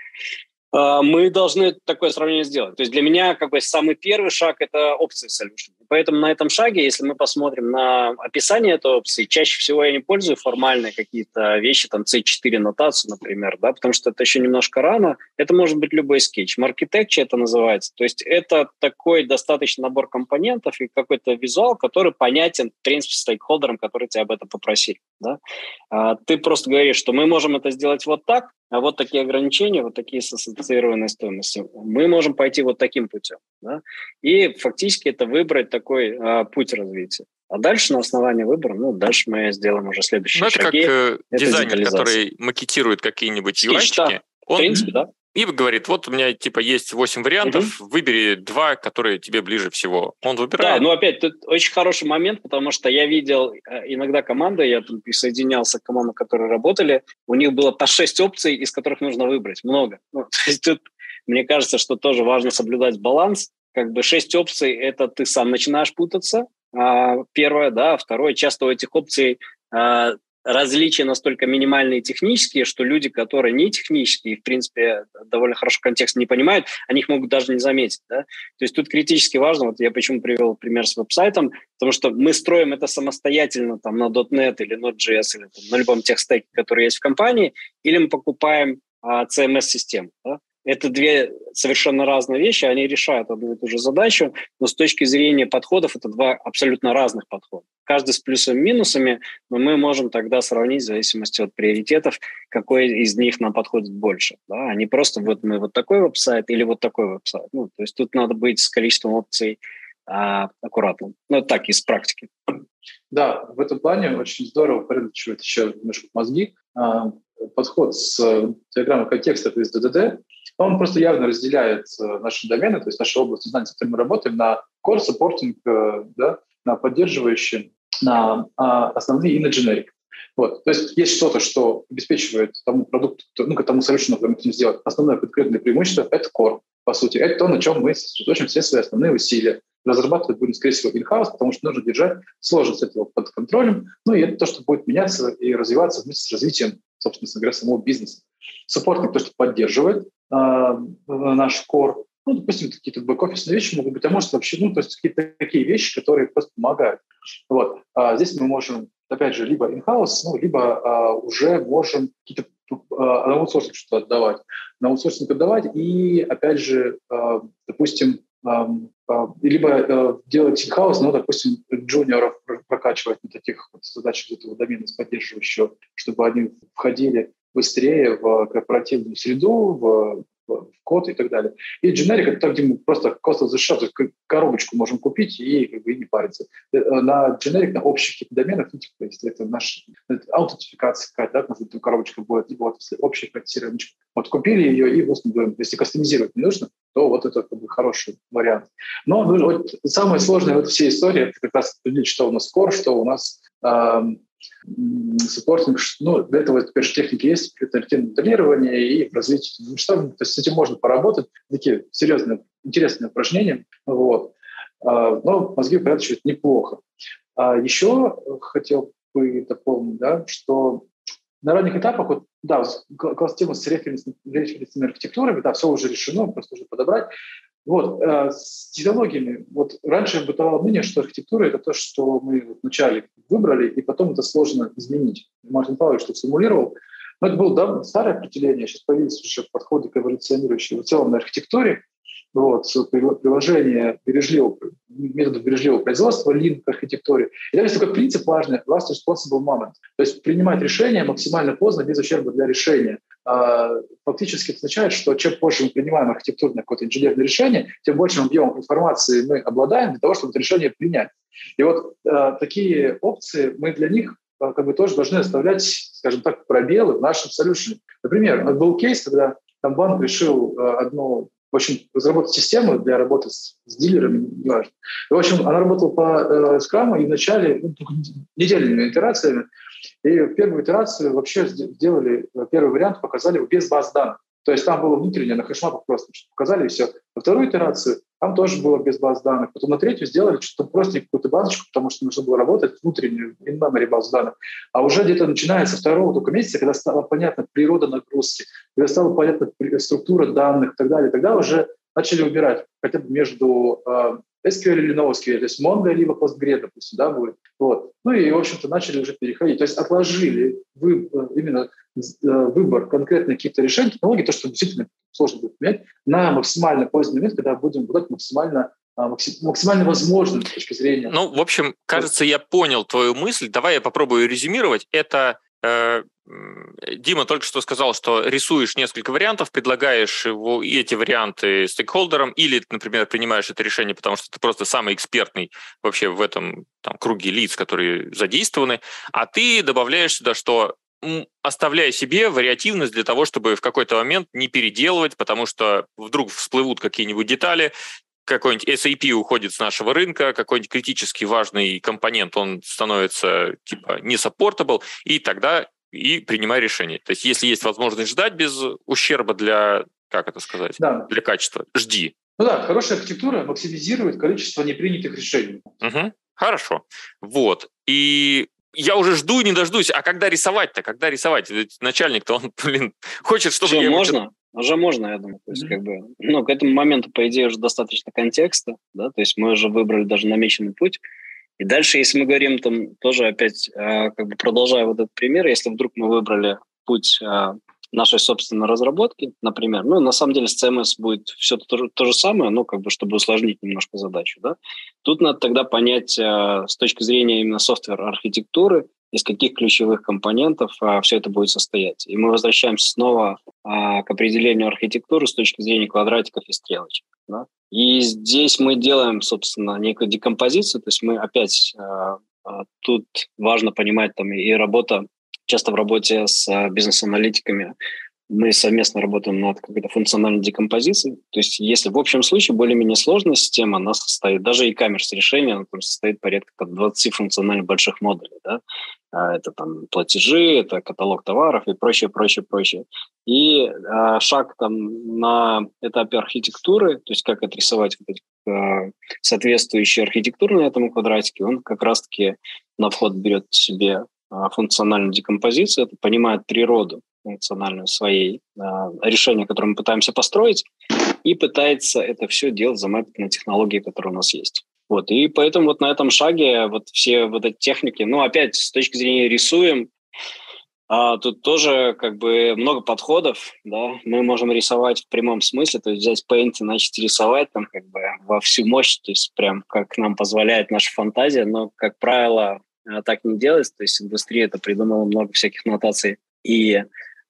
Мы должны такое сравнение сделать. То есть для меня как бы самый первый шаг – это опции solution. Поэтому на этом шаге, если мы посмотрим на описание этой опции, чаще всего я не пользую формальные какие-то вещи, там си четыре нотацию, например, да, потому что это еще немножко рано. Это может быть любой скетч. Markitecture это называется. То есть это такой достаточный набор компонентов и какой-то визуал, который понятен, в принципе, стейкхолдерам, которые тебя об этом попросили. Да? А ты просто говоришь, что мы можем это сделать вот так, а вот такие ограничения, вот такие с ассоциированной стоимостью. Мы можем пойти вот таким путем. Да? И фактически это выбрать такой а, путь развития. А дальше на основании выбора, ну, дальше мы сделаем уже следующие ну, это шаги. как э, это дизайнер, который макетирует какие-нибудь ю ай-чики. Да. Он, в принципе, да. И говорит, вот у меня типа есть восемь вариантов, угу. выбери два, которые тебе ближе всего. Он выбирает. Да, ну опять, тут очень хороший момент, потому что я видел иногда команды, я там присоединялся к командам, которые работали, у них было по шесть опций, из которых нужно выбрать. Много. Ну, то есть тут, мне кажется, что тоже важно соблюдать баланс. Как бы шесть опций – это ты сам начинаешь путаться. А, первое, да. Второе, часто у этих опций а, различия настолько минимальные технические, что люди, которые не технические, в принципе, довольно хорошо контекст не понимают, они их могут даже не заметить. Да? То есть тут критически важно, вот я почему привел пример с веб-сайтом, потому что мы строим это самостоятельно там, на .дот нет или Node.js, или там, на любом техстеке, который есть в компании, или мы покупаем а, си эм эс-систему. Да? Это две совершенно разные вещи, они решают одну и ту же задачу, но с точки зрения подходов это два абсолютно разных подхода. Каждый с плюсами и минусами, но мы можем тогда сравнить в зависимости от приоритетов, какой из них нам подходит больше. Да? А не просто вот мы вот такой веб-сайт или вот такой веб-сайт. Ну, то есть тут надо быть с количеством опций а, аккуратным. Ну, так, из практики. Да, в этом плане очень здорово упорядочивать еще немножко мозги. Подход с диаграммой контекстов из ди ди ди, он просто явно разделяет наши домены, то есть наши области знаний, с которыми мы работаем, на core, supporting, да, на поддерживающие, на а, основные и на generic. Вот. То есть есть что-то, что обеспечивает тому продукту, ну, к тому solution, который мы хотим сделать. Основное конкретное преимущество – это core, по сути. Это то, на чем мы сосредоточим все свои основные усилия. Разрабатывать будем, скорее всего, in-house, потому что нужно держать сложность этого под контролем. Ну и это то, что будет меняться и развиваться вместе с развитием, собственно говоря, самого бизнеса. Саппортник то, что поддерживает э, наш core. Ну, допустим, какие-то бэк-офисные вещи могут быть, а может вообще, ну, то есть какие-то такие вещи, которые просто помогают. Вот. А здесь мы можем, опять же, либо in-house, ну, либо а, уже можем какие-то а, на аутсорсинг что-то отдавать. На аутсорсинг отдавать и, опять же, а, допустим, а, а, либо а, делать in-house, ну, допустим, джуниоров прокачивать на таких вот задачах этого домена поддерживающего, чтобы они входили быстрее в корпоративную среду, в в код и так далее. И generic — это там, где мы просто cost of the shop, то есть коробочку можем купить и как бы и не париться. На generic, на общих каких-то доменах, ну, типа, если это наша аутентификация какая-то, да, может, там коробочка будет, либо вот если общая проектирование. Вот купили ее и восстановим. Если кастомизировать не нужно, то вот это как бы хороший вариант. Но ну, вот самое сложное в этой всей истории — это как раз определить, что у нас core, что у нас эм, саппортинг, ну, для этого теперь же техники есть, альтернативное моделирование и в развитии. Ну, что, то есть с этим можно поработать, такие серьезные, интересные упражнения. Вот. Но мозги упорядочивать неплохо. А еще хотел бы дополнить, да, что на ранних этапах, вот, да, класс тема с референсными, референсными архитектурами, да, все уже решено, просто уже подобрать. Вот, э, с технологиями. Вот раньше бытовало мнение, что архитектура — это то, что мы вот вначале выбрали, и потом это сложно изменить. Мартин Павлович что сформулировал. Но это было давно старое определение, сейчас появились уже подходы к эволюционирующей эволюционной архитектуре. Вот, приложение бережливого, методов бережливого производства, lean к архитектуре. И там есть такой принцип важный – last responsible moment. То есть принимать решение максимально поздно, без ущерба для решения. Фактически это означает, что чем позже мы принимаем архитектурное какое-то инженерное решение, тем большим объемом информации мы обладаем для того, чтобы это решение принять. И вот э, такие опции, мы для них э, как бы тоже должны оставлять, скажем так, пробелы в нашем solution. Например, был кейс, когда там банк решил э, одну, в общем, разработать систему для работы с, с дилерами, неважно. В общем, она работала по э, скраму, и вначале ну, недельными итерациями. И в первую итерацию вообще сделали, первый вариант показали без баз данных. То есть там было внутреннее, на хэшмапах просто показали, и все. Во вторую итерацию там тоже было без баз данных. Потом на третью сделали что-то просто какую-то базочку, потому что нужно было работать внутреннюю in-memory базу данных. А уже где-то начиная со второго только месяца, когда стала понятна природа нагрузки, когда стала понятна структура данных и так далее, тогда уже начали выбирать хотя бы между э, эс кью эль или NoSQL, то есть Mongo либо Postgre, допустим, да, будет. Вот. Ну и, в общем-то, начали уже переходить. То есть отложили вы, именно выбор конкретных каких-то решений, технологий, то, что действительно сложно будет менять, на максимально поздний момент, когда будем брать максимально, максимально возможным с точки зрения. Ну, в общем, кажется, я понял твою мысль. Давай я попробую резюмировать. Это Дима только что сказал, что рисуешь несколько вариантов, предлагаешь его, эти варианты стейкхолдерам, или, например, принимаешь это решение, потому что ты просто самый экспертный вообще в этом там, круге лиц, которые задействованы, а ты добавляешь сюда, что оставляя себе вариативность для того, чтобы в какой-то момент не переделывать, потому что вдруг всплывут какие-нибудь детали, какой-нибудь эс эй пи уходит с нашего рынка, какой-нибудь критически важный компонент, он становится типа не supportable, и тогда и принимай решение. То есть если есть возможность ждать без ущерба для, как это сказать, да. для качества, жди. Ну да, хорошая архитектура максимизирует количество непринятых решений. Угу. Хорошо. Вот. И я уже жду и не дождусь. А когда рисовать-то? Когда рисовать? Ведь начальник-то, он, блин, хочет, чтобы... Все, я можно? Его... Уже можно, я думаю. То есть, Mm-hmm. как бы, ну, к этому моменту, по идее, уже достаточно контекста, да, то есть мы уже выбрали даже намеченный путь. И дальше, если мы говорим, там, тоже опять, э, как бы продолжая вот этот пример, если вдруг мы выбрали путь э, нашей собственной разработки, например, ну, на самом деле с си эм эс будет все то, то, то же самое, но как бы, чтобы усложнить немножко задачу, да. Тут надо тогда понять э, с точки зрения именно софтвер-архитектуры, из каких ключевых компонентов а, все это будет состоять. И мы возвращаемся снова а, к определению архитектуры с точки зрения квадратиков и стрелочек. Да? И здесь мы делаем, собственно, некую декомпозицию, то есть мы опять а, а, тут важно понимать там и работа, часто в работе с а, бизнес-аналитиками мы совместно работаем над какой-то функциональной декомпозицией. То есть если в общем случае более-менее сложная система, она состоит, даже e-commerce решение, она там состоит порядка двадцать функционально больших модулей. Да? Это там платежи, это каталог товаров и прочее, прочее, прочее. И а, шаг там на этапе архитектуры, то есть как отрисовать вот эти, а, соответствующие архитектурные этому квадратике, он как раз-таки на вход берет себе а, функциональную декомпозицию, это понимает природу функциональную своей а, решения, которое мы пытаемся построить, и пытается это все делать, замапить на технологии, которые у нас есть. Вот, и поэтому вот на этом шаге вот все вот эти техники, ну, опять, с точки зрения рисуем, а, тут тоже как бы много подходов, да, мы можем рисовать в прямом смысле, то есть взять Paint и начать рисовать там как бы во всю мощь, то есть прям как нам позволяет наша фантазия, но, как правило, так не делается, то есть индустрия это придумала много всяких нотаций и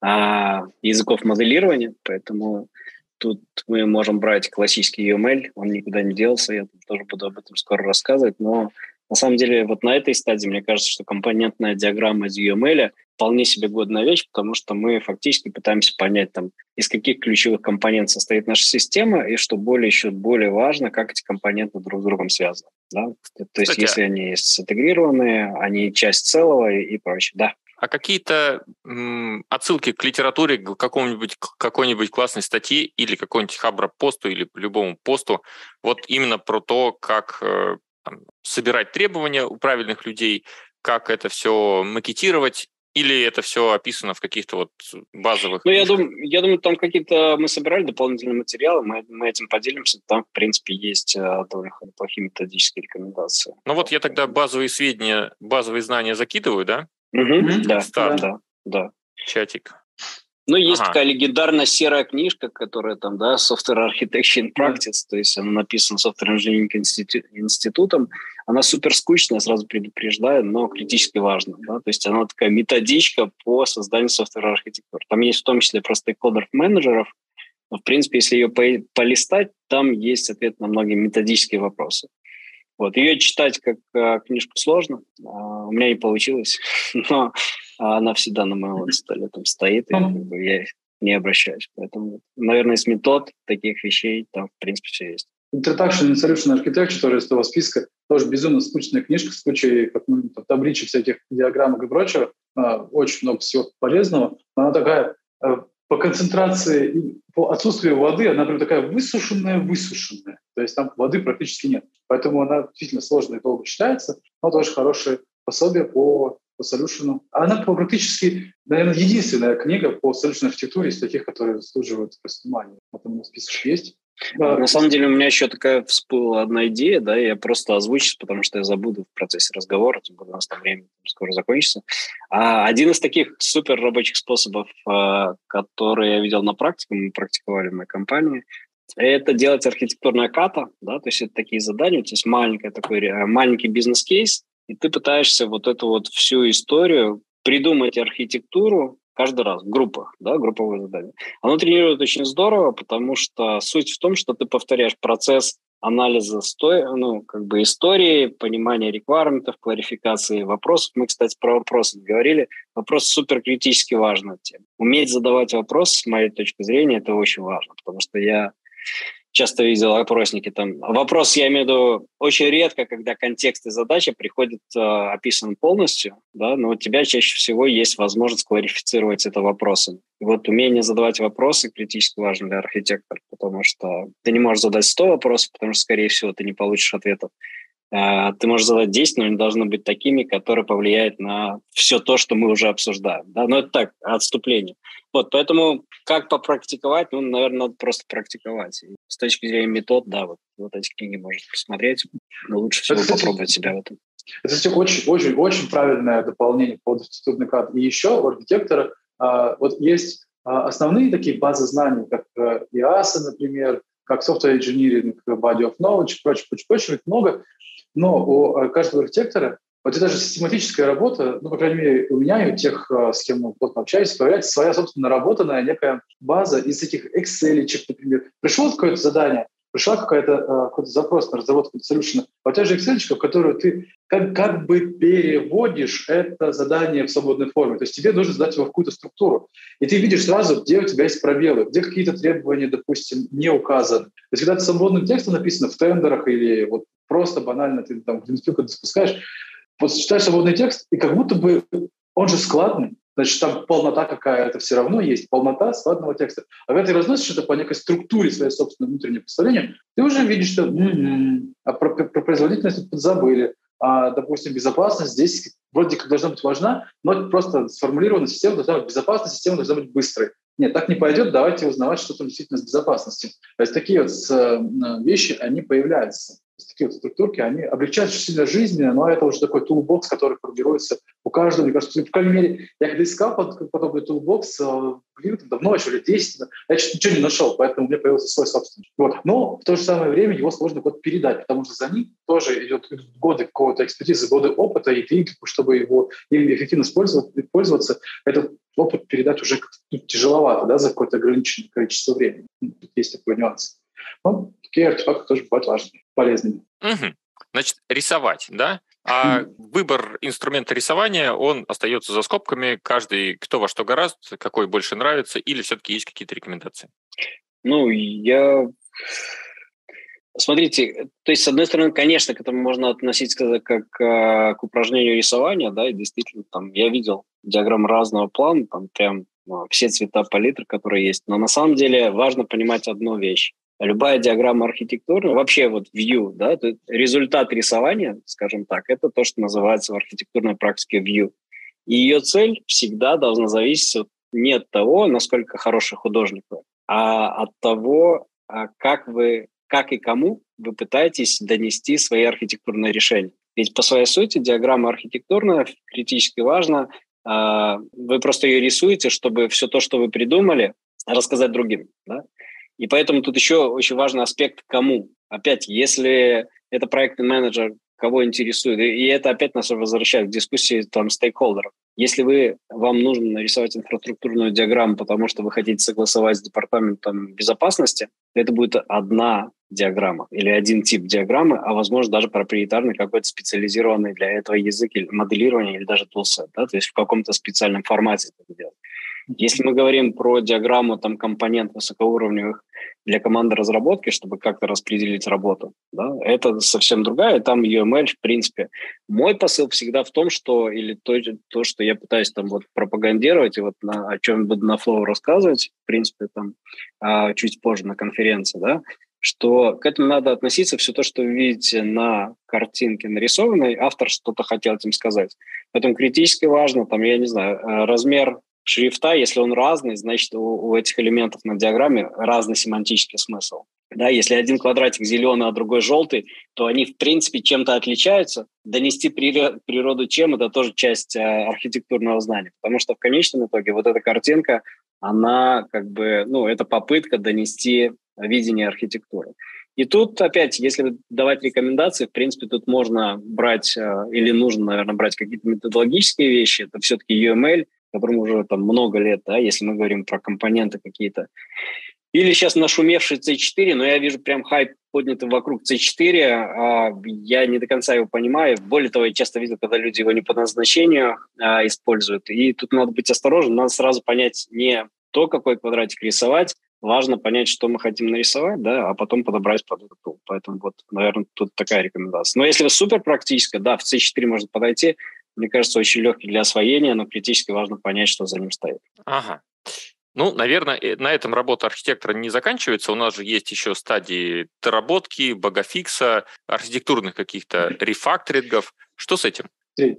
а, языков моделирования, поэтому тут мы можем брать классический ю эм эль, он никуда не делся, я тоже буду об этом скоро рассказывать, но на самом деле вот на этой стадии мне кажется, что компонентная диаграмма из ю эм эль вполне себе годная вещь, потому что мы фактически пытаемся понять, там, из каких ключевых компонентов состоит наша система, и что более еще более важно, как эти компоненты друг с другом связаны. Да? То есть если они синтегрированы, они часть целого и, и прочее. Да. А какие-то м, отсылки к литературе, к какому-нибудь, к какой-нибудь классной статье или какой-нибудь хабра-посту или любому посту, вот именно про то, как э, там, собирать требования у правильных людей, как это все макетировать, или это все описано в каких-то вот базовых... Ну, я думаю, я думаю, там какие-то... Мы собирали дополнительные материалы, мы, мы этим поделимся. Там, в принципе, есть э, довольно неплохие методические рекомендации. Ну вот я тогда базовые сведения, базовые знания закидываю, да? Угу, mm-hmm. Да, Старт. да, да. Чатик. Ну, есть ага. такая легендарная серая книжка, которая там, да, Software Architecture in Practice, yeah. то есть она написана Software Engineering институтом. Она супер скучная, сразу предупреждаю, но критически важна. Да? То есть она такая методичка по созданию софтвер архитектуры. Там есть в том числе про стейкхолдеров-менеджеров, но, в принципе, если ее по- полистать, там есть ответ на многие методические вопросы. Вот. Ее читать как а, книжку сложно. А, у меня не получилось, но она всегда на моем столе там стоит, и как бы, я не обращаюсь. Поэтому, наверное, из метод таких вещей там, в принципе, все есть. Introduction and Solution Architecture, тоже из того списка, тоже безумно скучная книжка с кучей ну, табличек, всяких диаграммок и прочего. Очень много всего полезного. Она такая по концентрации и по отсутствию воды, она прям такая высушенная-высушенная. То есть там воды практически нет. Поэтому она действительно сложная и долго читается, но тоже хорошее пособие по, по solution. Она практически, наверное, единственная книга по solution архитектуре из таких, которые заслуживают внимания. Вот у меня список есть. На самом деле у меня еще такая всплыла одна идея, да, я просто озвучу, потому что я забуду в процессе разговора, тем более у нас там время скоро закончится. А один из таких супер рабочих способов, которые я видел на практике, мы практиковали в моей компании, это делать архитектурная ката, да, то есть это такие задания, у тебя есть маленький такой маленький бизнес-кейс, и ты пытаешься вот эту вот всю историю придумать архитектуру каждый раз в группах, да, групповое задание. Оно тренирует очень здорово, потому что суть в том, что ты повторяешь процесс анализа ну, как бы истории, понимания реквайрментов, кларификации вопросов. Мы, кстати, про вопросы говорили. Вопрос суперкритически важная тема. Уметь задавать вопросы, с моей точки зрения, это очень важно, потому что я часто видел опросники там. Вопрос, я имею в виду, очень редко, когда контекст и задача приходят э, описан полностью, да, но у тебя чаще всего есть возможность кларифицировать это вопросом. И вот умение задавать вопросы критически важно для архитектора, потому что ты не можешь задать сто вопросов, потому что, скорее всего, ты не получишь ответов. Э, ты можешь задать десять, но они должны быть такими, которые повлияют на все то, что мы уже обсуждаем. Да? Но это так, отступление. Вот, поэтому как попрактиковать? Ну, наверное, надо просто практиковать. И с точки зрения метод, да, вот, вот эти книги можете посмотреть, но лучше всего это, попробовать кстати, себя в этом. Это, кстати, очень, очень, очень правильное дополнение по архитектурной карте. И еще у архитектора а, вот есть а, основные такие базы знаний, как а, и эй эс эй, например, как software engineering, body of knowledge, прочее, прочее, прочее, много. Но у а, каждого архитектора вот это же систематическая работа, ну, по крайней мере, у меня и у тех, с кем мы плотно общаемся, появляется своя, собственно, наработанная некая база из этих Excel-чек, например. Пришло какое-то задание, пришла какая-то, какой-то запрос на разработку солюшена, а у тебя же Excel-чка, в которую ты как, как бы переводишь это задание в свободной форме. То есть тебе нужно задать его в какую-то структуру. И ты видишь сразу, где у тебя есть пробелы, где какие-то требования, допустим, не указаны. То есть когда это свободным текстом написано в тендерах или вот просто банально ты там в Greenfield запускаешь, вот читаешь свободный текст, и как будто бы он же складный, значит, там полнота какая-то все равно есть, полнота складного текста. А когда ты разносишь это по некой структуре своей собственной внутренней представления, ты уже видишь, что м-м, а про, про производительность тут забыли, а, допустим, безопасность здесь вроде как должна быть важна, но это просто сформулирована система должна быть безопасной, система должна быть быстрой. Нет, так не пойдет, давайте узнавать, что там действительно с безопасностью. То есть такие вот вещи, они появляются. Такие вот структурки, они облегчают очень сильно жизнь, но это уже такой тулбокс, который формируется у каждого. Мне кажется, по крайней мере, я когда искал подобный тулбокс, давно, еще лет десять, я чуть ничего не нашел, поэтому у меня появился свой собственный. Вот. Но в то же самое время его сложно вот передать, потому что за ним тоже идет годы какого-то экспертизы, годы опыта, и ты, чтобы его им эффективно пользоваться, этот опыт передать уже ну, тяжеловато, да, за какое-то ограниченное количество времени. Тут есть такой нюанс. Но такие артефакты тоже бывают важными, полезными. Угу. Значит, рисовать, да? А mm. выбор инструмента рисования, он остается за скобками. Каждый, кто во что гораст, какой больше нравится, или все-таки есть какие-то рекомендации? Ну, я... Смотрите, то есть, с одной стороны, конечно, к этому можно относиться как, как к упражнению рисования, да, и действительно, там, я видел диаграммы разного плана, там, прям ну, все цвета палитры, которые есть, но на самом деле важно понимать одну вещь. Любая диаграмма архитектурная, вообще вот view, да, результат рисования, скажем так, это то, что называется в архитектурной практике view. И ее цель всегда должна зависеть не от того, насколько хороший художник вы, а от того, как вы, как и кому вы пытаетесь донести свои архитектурные решения. Ведь по своей сути диаграмма архитектурная критически важна. Вы просто ее рисуете, чтобы все то, что вы придумали, рассказать другим, да? И поэтому тут еще очень важный аспект «кому». Опять, если это проектный менеджер, кого интересует, и это опять нас возвращает к дискуссии там стейкхолдеров. Если вы, вам нужно нарисовать инфраструктурную диаграмму, потому что вы хотите согласовать с департаментом безопасности, это будет одна диаграмма или один тип диаграммы, а, возможно, даже проприетарный какой-то специализированный для этого язык или моделирование, или даже тулсет, да, то есть в каком-то специальном формате это делать. Если мы говорим про диаграмму там, компонент высокоуровневых для команды разработки, чтобы как-то распределить работу, да, это совсем другая, там ю эм эль, в принципе. Мой посыл всегда в том, что, или то, то что я пытаюсь там вот пропагандировать, и вот на, о чем буду на Flow рассказывать, в принципе, там а, чуть позже на конференции, да, что к этому надо относиться, все то, что вы видите на картинке нарисованной, автор что-то хотел этим сказать. Поэтому критически важно, там, я не знаю, размер шрифта, если он разный, значит, у, у этих элементов на диаграмме разный семантический смысл. Да, если один квадратик зеленый, а другой желтый, то они, в принципе, чем-то отличаются. Донести природу чем – это тоже часть а, архитектурного знания. Потому что в конечном итоге вот эта картинка, она как бы, ну, это попытка донести видение архитектуры. И тут опять, если давать рекомендации, в принципе, тут можно брать э, или нужно, наверное, брать какие-то методологические вещи. Это все-таки ю эм эль, которому уже там много лет, да, если мы говорим про компоненты какие-то. Или сейчас нашумевший си четыре, но я вижу прям хайп поднятый вокруг си четыре. А я не до конца его понимаю. Более того, я часто видел, когда люди его не по назначению а, используют. И тут надо быть осторожным. Надо сразу понять не то, какой квадратик рисовать. Важно понять, что мы хотим нарисовать, да, а потом подобрать под этот тул. Поэтому вот, наверное, тут такая рекомендация. Но если супер практическая, да, в си четыре может подойти. Мне кажется, очень легкий для освоения, но критически важно понять, что за ним стоит. Ага. Ну, наверное, на этом работа архитектора не заканчивается. У нас же есть еще стадии доработки, багафикса, архитектурных каких-то рефакторингов. Что с этим?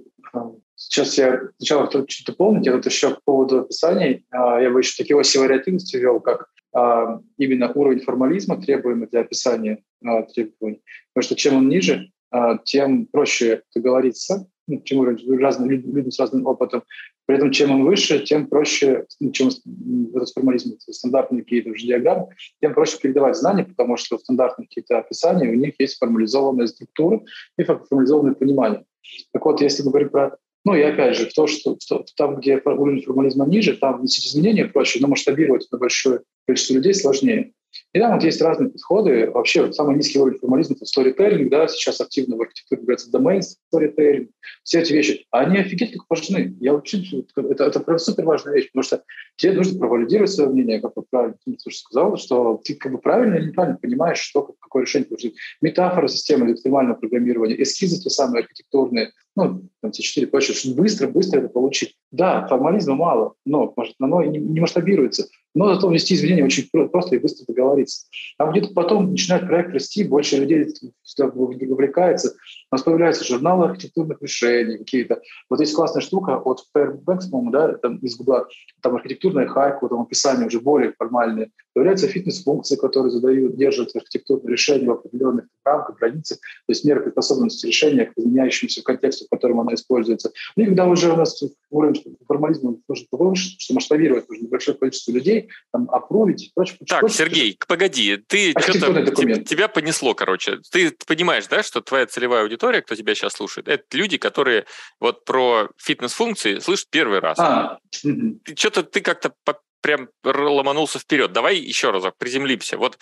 Сейчас я сначала хочу чуть дополнить. Вот еще по поводу описаний. Я бы еще такие оси вариативности ввел, как именно уровень формализма, требуемый для описания требований. Потому что чем он ниже, тем проще договориться, ну, чем уровень разным людям с разным опытом. При этом, чем он выше, тем проще, ну, чем этот формализм, стандартные какие-то уже диаграммы, тем проще передавать знания, потому что в стандартных каких-то описаниях у них есть формализованная структура и формализованное понимание. Так вот, если мы говорим про... Ну и опять же, то, что там, где уровень формализма ниже, там вносить изменения проще, но масштабировать на большое количество людей сложнее. И там вот есть разные подходы. Вообще вот самый низкий уровень формализма — это storytelling, да, сейчас активно в архитектуре говорится domain storytelling. Все эти вещи, они офигеть как важны. Я вообще, это, это прям супер важная вещь, потому что тебе нужно провалидировать свое мнение, как вот правильно ты тоже сказал, что ты как бы правильно или неправильно понимаешь, что, какое решение нужно. Метафора системы экстремального программирования, эскизы те самые архитектурные, ну, там, си четыре, прочее, чтобы быстро, быстро это получить. Да, формализма мало, но может, оно не, не масштабируется. Но зато внести изменения очень просто и быстро договориться. А где-то потом начинает проект расти, больше людей вовлекается. У нас появляются журналы архитектурных решений какие-то. Вот есть классная штука от Fairbanks, по-моему, да, там из Гугла, там архитектурная хайку, там описание уже более формальное. Появляются фитнес-функции, которые задают, держат архитектурные решения в определенных рамках, границах, то есть меры приспособленности решения к изменяющемуся контексту, в котором оно используется. Ну и когда уже у нас уровень формализма нужно повыше, что масштабировать нужно большое количество людей, там, опровить и прочее. Так, прочее, Сергей, погоди, ты что-то, тебя, тебя понесло, короче. Ты понимаешь, да, что твоя целевая аудитория, кто тебя сейчас слушает, это люди, которые вот про фитнес-функции слышат первый раз. А, ты, что-то ты как-то по прям ломанулся вперед. Давай еще разок приземлимся. Вот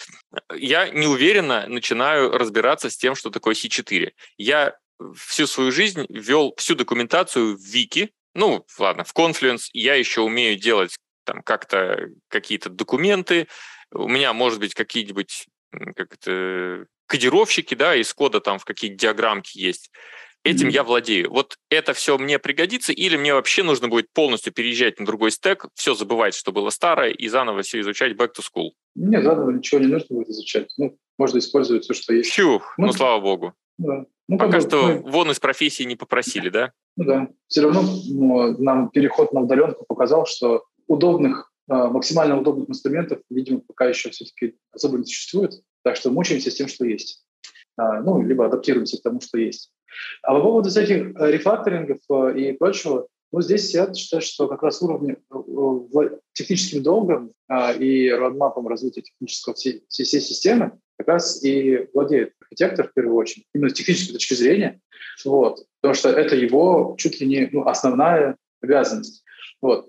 я неуверенно начинаю разбираться с тем, что такое си четыре. Я всю свою жизнь вел всю документацию в Вики, ну, ладно, в Confluence. Я еще умею делать там как-то какие-то документы. У меня, может быть, какие-нибудь как это, кодировщики, да, из кода там в какие-то диаграммки есть. Этим mm-hmm. я владею. Вот это все мне пригодится, или мне вообще нужно будет полностью переезжать на другой стек, все забывать, что было старое, и заново все изучать back to school? Нет, заново ничего не нужно будет изучать. Ну, можно использовать все, что есть. Фух, ну, ну слава богу. Да. Ну, Пока бы, что мы... вон из профессии не попросили, да? Ну да. Все равно ну, нам переход на удаленку показал, что удобных, максимально удобных инструментов, видимо, пока еще все-таки особо не существует. Так что мучаемся с тем, что есть. Ну, либо адаптируемся к тому, что есть. А по поводу всяких рефакторингов и прочего, ну, здесь я считаю, что как раз уровень техническим долгом и родмапом развития технического всей, всей системы как раз и владеет архитектор в первую очередь, именно с технической точки зрения, вот, потому что это его чуть ли не ну, основная обязанность. Вот.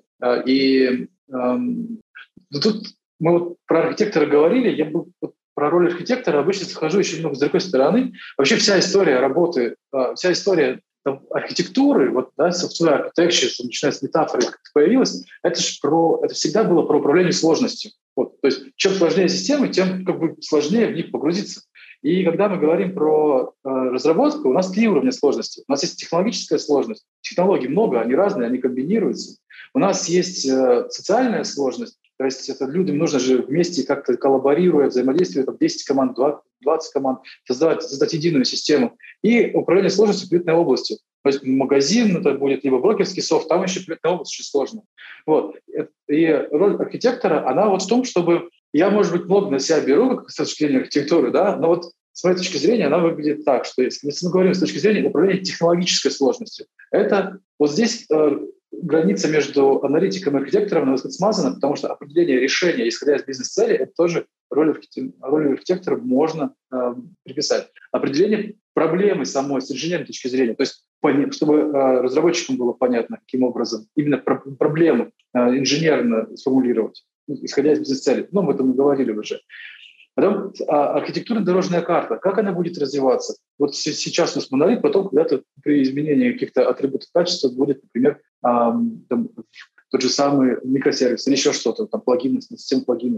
И эм, тут мы вот про архитектора говорили, я бы про роль архитектора обычно захожу еще немного с другой стороны. Вообще вся история работы, вся история там, архитектуры, вот, да, software architecture, начиная с метафоры, как это появилось, это же про, это всегда было про управление сложностью. Вот, то есть чем сложнее системы, тем как бы сложнее в них погрузиться. И когда мы говорим про э, разработку, у нас три уровня сложности. У нас есть технологическая сложность. Технологий много, они разные, они комбинируются. У нас есть э, социальная сложность. То есть это людям нужно же вместе как-то коллаборируя, взаимодействуя, там десять команд, двадцать команд, создавать, создать единую систему. И управление сложностью кредитной областью. То есть магазин, это будет либо брокерский софт, там еще кредитная область очень сложная. Вот. И роль архитектора, она вот в том, чтобы я, может быть, много на себя беру, как с точки зрения архитектуры, да, но вот с моей точки зрения она выглядит так, что если мы говорим с точки зрения управления технологической сложностью, это вот здесь э, граница между аналитиком и архитектором, она смазана, потому что определение решения, исходя из бизнес-цели, это тоже роль, архитек... роль архитектора можно э, приписать. Определение проблемы самой с инженерной точки зрения, то есть чтобы э, разработчикам было понятно, каким образом именно про- проблему э, инженерно сформулировать, исходя из бизнес-целей. Ну, об этом мы говорили уже. Потом а, архитектурно-дорожная карта, как она будет развиваться? Вот с- сейчас у нас монолит, потом когда-то при изменении каких-то атрибутов качества будет, например, ам, там, тот же самый микросервис или еще что-то, там плагины, система плагинов.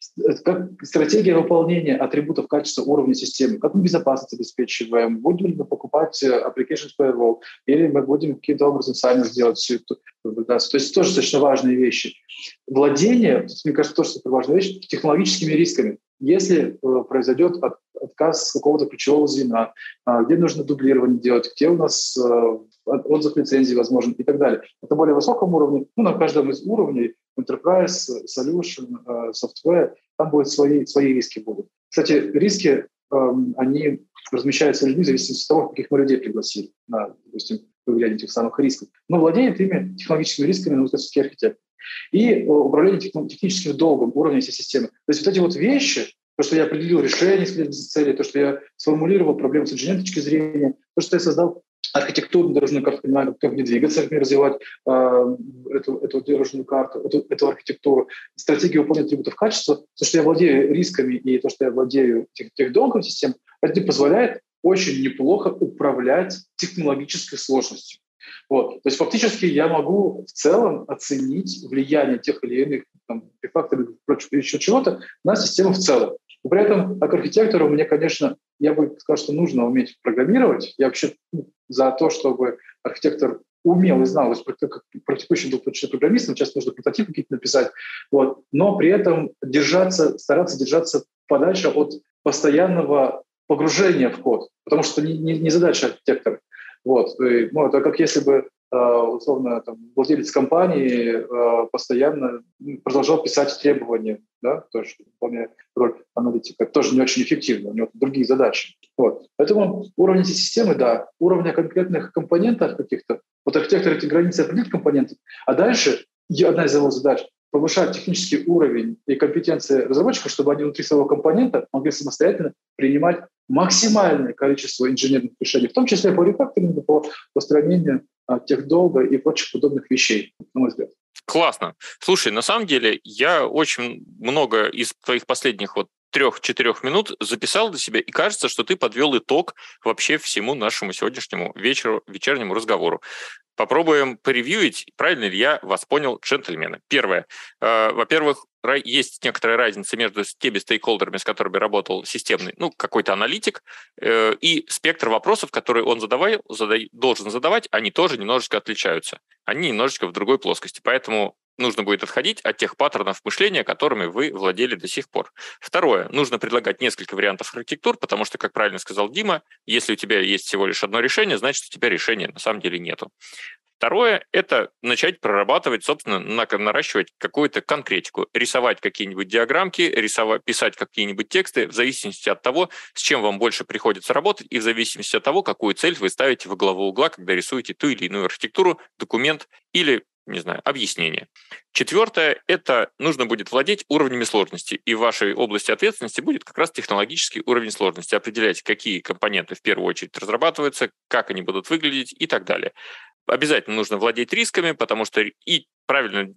Как стратегия выполнения атрибутов качества уровня системы, как мы безопасность обеспечиваем, будем ли мы покупать application firewall, или мы будем каким-то образом сами сделать всю эту валидацию. То есть тоже достаточно важные вещи. Владение, мне кажется, тоже супер важная вещь, технологическими рисками. Если э, произойдет от, отказ какого-то ключевого звена, э, где нужно дублирование делать, где у нас э, отзыв лицензии возможен и так далее. На более высоком уровне, ну, на каждом из уровней, Enterprise, Solution, э, Software, там будут свои, свои риски будут. Кстати, риски, э, они размещаются людьми в зависимости от того, каких мы людей пригласили на, допустим, выявление этих самых рисков. Но владеет ими технологическими рисками научно-исследовательский архитектор. И управление техническим долгом уровня всей системы. То есть вот эти вот вещи, то, что я определил решение цели, то, что я сформулировал проблему с инженерной точки зрения, то, что я создал архитектурную дорожную карту, понимаю, как мне двигаться, как мне развивать э, эту, эту дорожную карту, эту, эту архитектуру, стратегию выполнения атрибутов качества, то, что я владею рисками и то, что я владею тех, тех долгом систем, это позволяет очень неплохо управлять технологической сложностью. Вот. То есть фактически я могу в целом оценить влияние тех или иных там, факторов или еще чего-то на систему в целом. Но при этом, как архитектору, мне, конечно, я бы сказал, что нужно уметь программировать. Я вообще ну, за то, чтобы архитектор умел и знал, то есть как практикующий был программистом, сейчас нужно прототипы какие-то написать, вот. Но при этом держаться, стараться держаться подальше от постоянного погружения в код, потому что не, не, не задача архитектора. Вот. И, ну, это как если бы, э, условно, там, владелец компании э, постоянно продолжал писать требования, да, тоже выполняя роль аналитика. Это тоже не очень эффективно, у него другие задачи. Вот. Поэтому уровень этой системы, да, уровня конкретных компонентов каких-то, вот архитектор эти границы определит компоненты, а дальше одна из его задач — повышать технический уровень и компетенции разработчиков, чтобы они внутри своего компонента могли самостоятельно принимать максимальное количество инженерных решений, в том числе по рефакторингу, по устранению а, техдолга и прочих подобных вещей, на мой взгляд. Классно. Слушай, на самом деле я очень много из твоих последних вот трех-четырех минут записал для себя, и кажется, что ты подвел итог вообще всему нашему сегодняшнему вечеру, вечернему разговору. Попробуем поревьюить, правильно ли я вас понял, джентльмены. Первое. Э, во-первых, есть некоторая разница между теми стейкхолдерами, с которыми работал системный, ну, какой-то аналитик, э, и спектр вопросов, которые он задавал, задай, должен задавать, они тоже немножечко отличаются. Они немножечко в другой плоскости. Поэтому нужно будет отходить от тех паттернов мышления, которыми вы владели до сих пор. Второе. Нужно предлагать несколько вариантов архитектур, потому что, как правильно сказал Дима, если у тебя есть всего лишь одно решение, значит, у тебя решения на самом деле нету. Второе – это начать прорабатывать, собственно, наращивать какую-то конкретику, рисовать какие-нибудь диаграммки, рисовать, писать какие-нибудь тексты в зависимости от того, с чем вам больше приходится работать, и в зависимости от того, какую цель вы ставите во главу угла, когда рисуете ту или иную архитектуру, документ или, не знаю, объяснение. Четвертое – это нужно будет владеть уровнями сложности, и в вашей области ответственности будет как раз технологический уровень сложности. Определять, какие компоненты в первую очередь разрабатываются, как они будут выглядеть и так далее. Обязательно нужно владеть рисками, потому что и правильно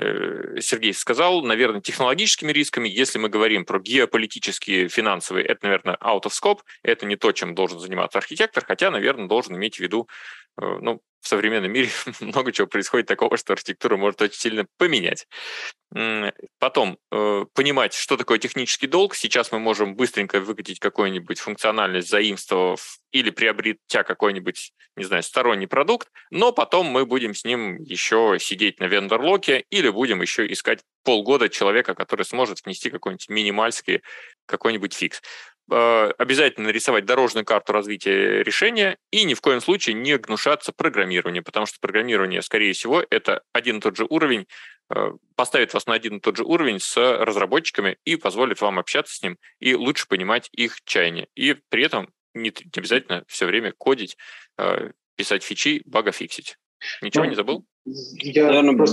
э, Сергей сказал, наверное, технологическими рисками, если мы говорим про геополитические, финансовые, это, наверное, out of scope, это не то, чем должен заниматься архитектор, хотя, наверное, должен иметь в виду, э, ну, в современном мире много чего происходит такого, что архитектура может очень сильно поменять. Потом, э, понимать, что такое технический долг. Сейчас мы можем быстренько выкатить какую-нибудь функциональность, заимствовав или приобретя какой-нибудь, не знаю, сторонний продукт, но потом мы будем с ним еще сидеть на вендор-локе или будем еще искать полгода человека, который сможет внести какой-нибудь минимальский какой-нибудь фикс. Обязательно рисовать дорожную карту развития решения и ни в коем случае не гнушаться программированием, потому что программирование, скорее всего, это один и тот же уровень, поставит вас на один и тот же уровень с разработчиками и позволит вам общаться с ним и лучше понимать их чаяния. И при этом не обязательно все время кодить, писать фичи, багофиксить. Ничего ну, не забыл? Я Наверное, просто...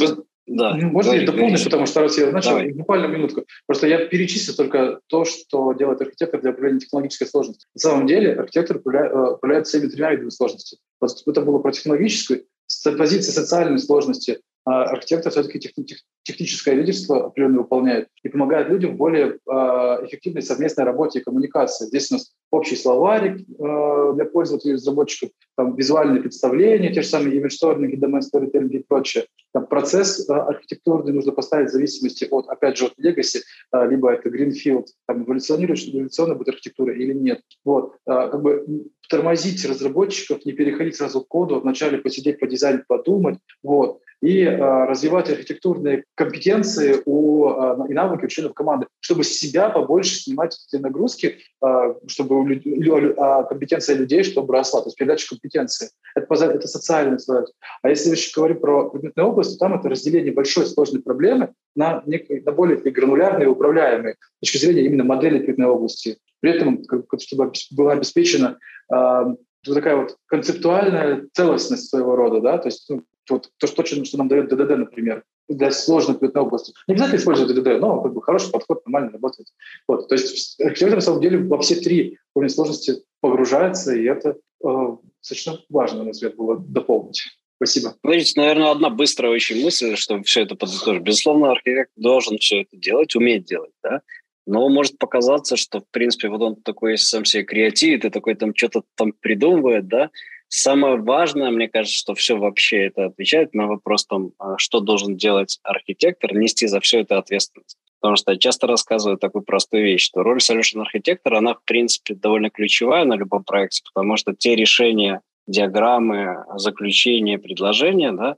Да. Можно я дополнить, потому что раз я начал, Давай. буквально минутку. Просто я перечислю только то, что делает архитектор для управления технологической сложностью. На самом деле архитектор управляет, управляет всеми тремя видами сложности. Вот это было про технологическую. С позиции социальной сложности архитектор все-таки тех, тех, техническое лидерство определенно выполняет и помогает людям в более э, эффективной совместной работе и коммуникации. Здесь у нас общий словарик э, для пользователей, разработчиков, там, визуальные представления, те же самые имидж-сторинги, домен-сторителлинги и прочее. Там, процесс э, архитектурный нужно поставить в зависимости от, опять же, от legacy, э, либо это greenfield, там, эволюционирующая, эволюционная будет архитектура или нет. Вот. Э, как бы тормозить разработчиков, не переходить сразу к коду, вначале посидеть, по дизайну, подумать, вот, и э, развивать архитектурные компетенции у, э, и навыки у членов команды, чтобы с себя побольше снимать эти нагрузки, э, чтобы у люд, лю, э, компетенция людей, чтобы росла, то есть передача компетенции. Это, это социальная сложность. А если еще говорить про предметную область, то там это разделение большой сложной проблемы на, на более гранулярные и управляемые с точки зрения именно модели предметной области. При этом, чтобы была обеспечена э, такая вот концептуальная целостность своего рода, да, то есть ну, вот, то, что, что нам дает ДДД, например, для сложной предметной области. Не обязательно использовать ДДД, но как бы хороший подход, нормально работает. Вот, то есть архитектор на самом деле во все три уровня сложности погружается, и это э, достаточно важно, на мой взгляд, было дополнить. Спасибо. Смотрите, наверное, одна быстрая очень мысль, чтобы все это подытожить. Безусловно, архитектор должен все это делать, уметь делать, да. Но может показаться, что, в принципе, вот он такой сам себе креативит и такой там что-то там придумывает, да. Самое важное, мне кажется, что все вообще это отвечает на вопрос, там, что должен делать архитектор, нести за все это ответственность. Потому что я часто рассказываю такую простую вещь, что роль solution архитектора, она, в принципе, довольно ключевая на любом проекте, потому что те решения, диаграммы, заключения, предложения, да,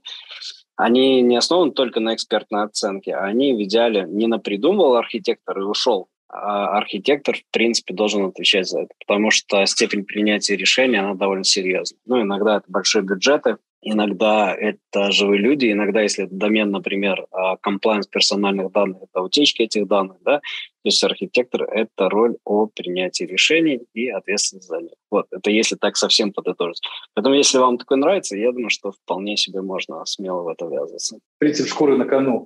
они не основаны только на экспертной оценке, они в идеале не напридумывал архитектор и ушел, а архитектор, в принципе, должен отвечать за это, потому что степень принятия решения, она довольно серьезная. Ну, иногда это большие бюджеты, иногда это живые люди, иногда, если это домен, например, комплайнс персональных данных, это утечки этих данных, да, то есть архитектор – это роль о принятии решений и ответственность за них. Вот, это если так совсем подытожить. Поэтому, если вам такое нравится, я думаю, что вполне себе можно смело в это ввязываться. Принцип шкуры на кону.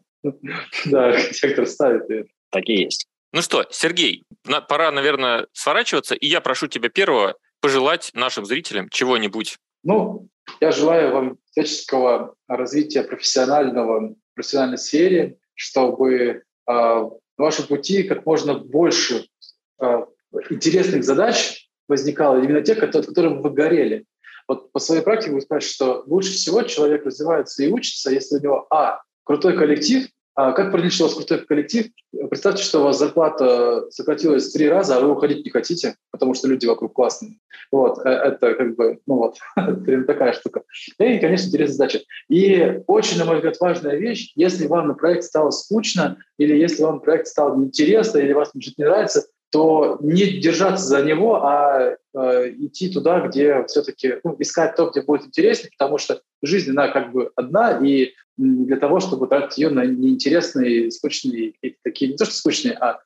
Да, архитектор ставит это. Так и есть. Ну что, Сергей, на, пора, наверное, сворачиваться, и я прошу тебя первого пожелать нашим зрителям чего-нибудь. Ну, я желаю вам всяческого развития профессионального, в профессиональной сфере, чтобы э, на вашем пути как можно больше э, интересных задач возникало, именно тех, от которых вы горели. Вот по своей практике вы скажете, что лучше всего человек развивается и учится, если у него, а, крутой коллектив. А как продлить, что у вас крутой коллектив? Представьте, что у вас зарплата сократилась в три раза, а вы уходить не хотите, потому что люди вокруг классные. Вот, это как бы, ну вот, примерно такая штука. И, конечно, интересная задача. И очень, на мой взгляд, важная вещь, если вам на проект стало скучно, или если вам проект стал неинтересно, или вас что-то не нравится, то не держаться за него, а э, идти туда, где все-таки, ну, искать то, где будет интереснее, потому что жизнь, она как бы одна, и для того, чтобы тратить ее на неинтересные, скучные, такие, не то что скучные, а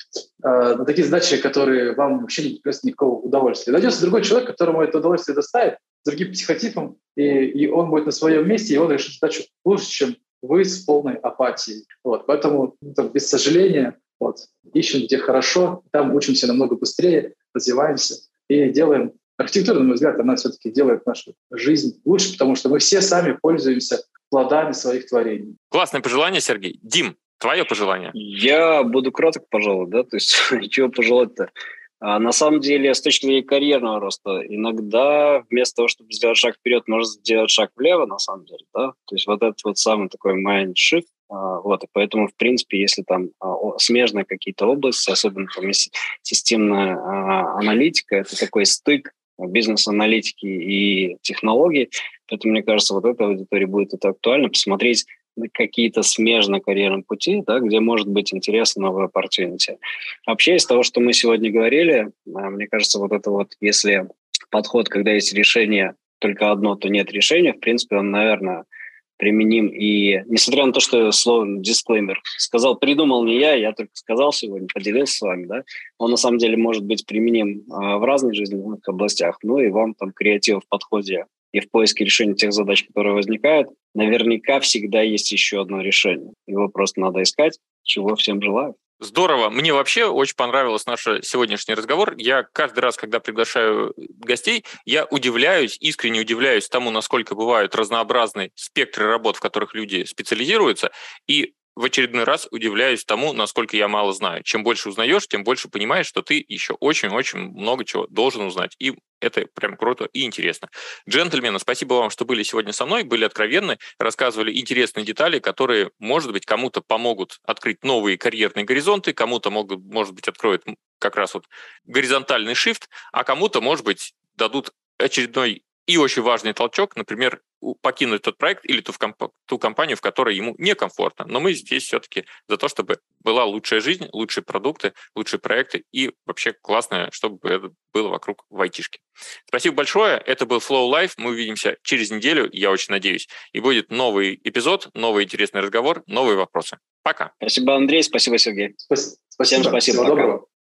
э, на такие задачи, которые вам вообще не приносят никакого удовольствия. Найдется другой человек, которому это удовольствие доставит, с другим психотипом, и, и он будет на своем месте, и он решит задачу лучше, чем вы с полной апатией. Вот, поэтому ну, там, без сожаления вот, ищем, где хорошо, там учимся намного быстрее, развиваемся и делаем. Архитектура, на мой взгляд, она все-таки делает нашу жизнь лучше, потому что мы все сами пользуемся плодами своих творений. Классное пожелание, Сергей. Дим, твое пожелание? Я буду краток, пожалуй, да, то есть чего пожелать-то? А на самом деле, с точки зрения карьерного роста, иногда вместо того, чтобы сделать шаг вперед, можно сделать шаг влево, на самом деле, да, то есть вот этот вот самый такой mind shift, а, вот, и поэтому, в принципе, если там а, смежные какие-то области, особенно там системная а, аналитика, это такой стык бизнес-аналитики и технологий, поэтому, мне кажется, вот этой аудитории будет это актуально, посмотреть на какие-то смежные карьерные пути, да, где может быть интересно новое opportunity. Вообще, из того, что мы сегодня говорили, мне кажется, вот это вот, если подход, когда есть решение только одно, то нет решения, в принципе, он, наверное, применим. И несмотря на то, что слово дисклеймер сказал, придумал не я, я только сказал сегодня, поделился с вами, да, он на самом деле может быть применим а, в разных жизненных областях. Ну и вам там креатив в подходе и в поиске решения тех задач, которые возникают, наверняка всегда есть еще одно решение. Его просто надо искать, чего всем желаю. Здорово. Мне вообще очень понравился наш сегодняшний разговор. Я каждый раз, когда приглашаю гостей, я удивляюсь, искренне удивляюсь тому, насколько бывают разнообразные спектры работ, в которых люди специализируются, и в очередной раз удивляюсь тому, насколько я мало знаю. Чем больше узнаешь, тем больше понимаешь, что ты еще очень-очень много чего должен узнать. И это прям круто и интересно. Джентльмены, спасибо вам, что были сегодня со мной, были откровенны, рассказывали интересные детали, которые, может быть, кому-то помогут открыть новые карьерные горизонты, кому-то, могут, может быть, откроют как раз вот горизонтальный шифт, а кому-то, может быть, дадут очередной и очень важный толчок, например, покинуть тот проект или ту, комп- ту компанию, в которой ему некомфортно. Но мы здесь все-таки за то, чтобы была лучшая жизнь, лучшие продукты, лучшие проекты и вообще классно, чтобы это было вокруг в айтишке. Спасибо большое. Это был Flow Life. Мы увидимся через неделю, я очень надеюсь. И будет новый эпизод, новый интересный разговор, новые вопросы. Пока. Спасибо, Андрей. Спасибо, Сергей. Спасибо. Всем спасибо. Всего Пока. доброго.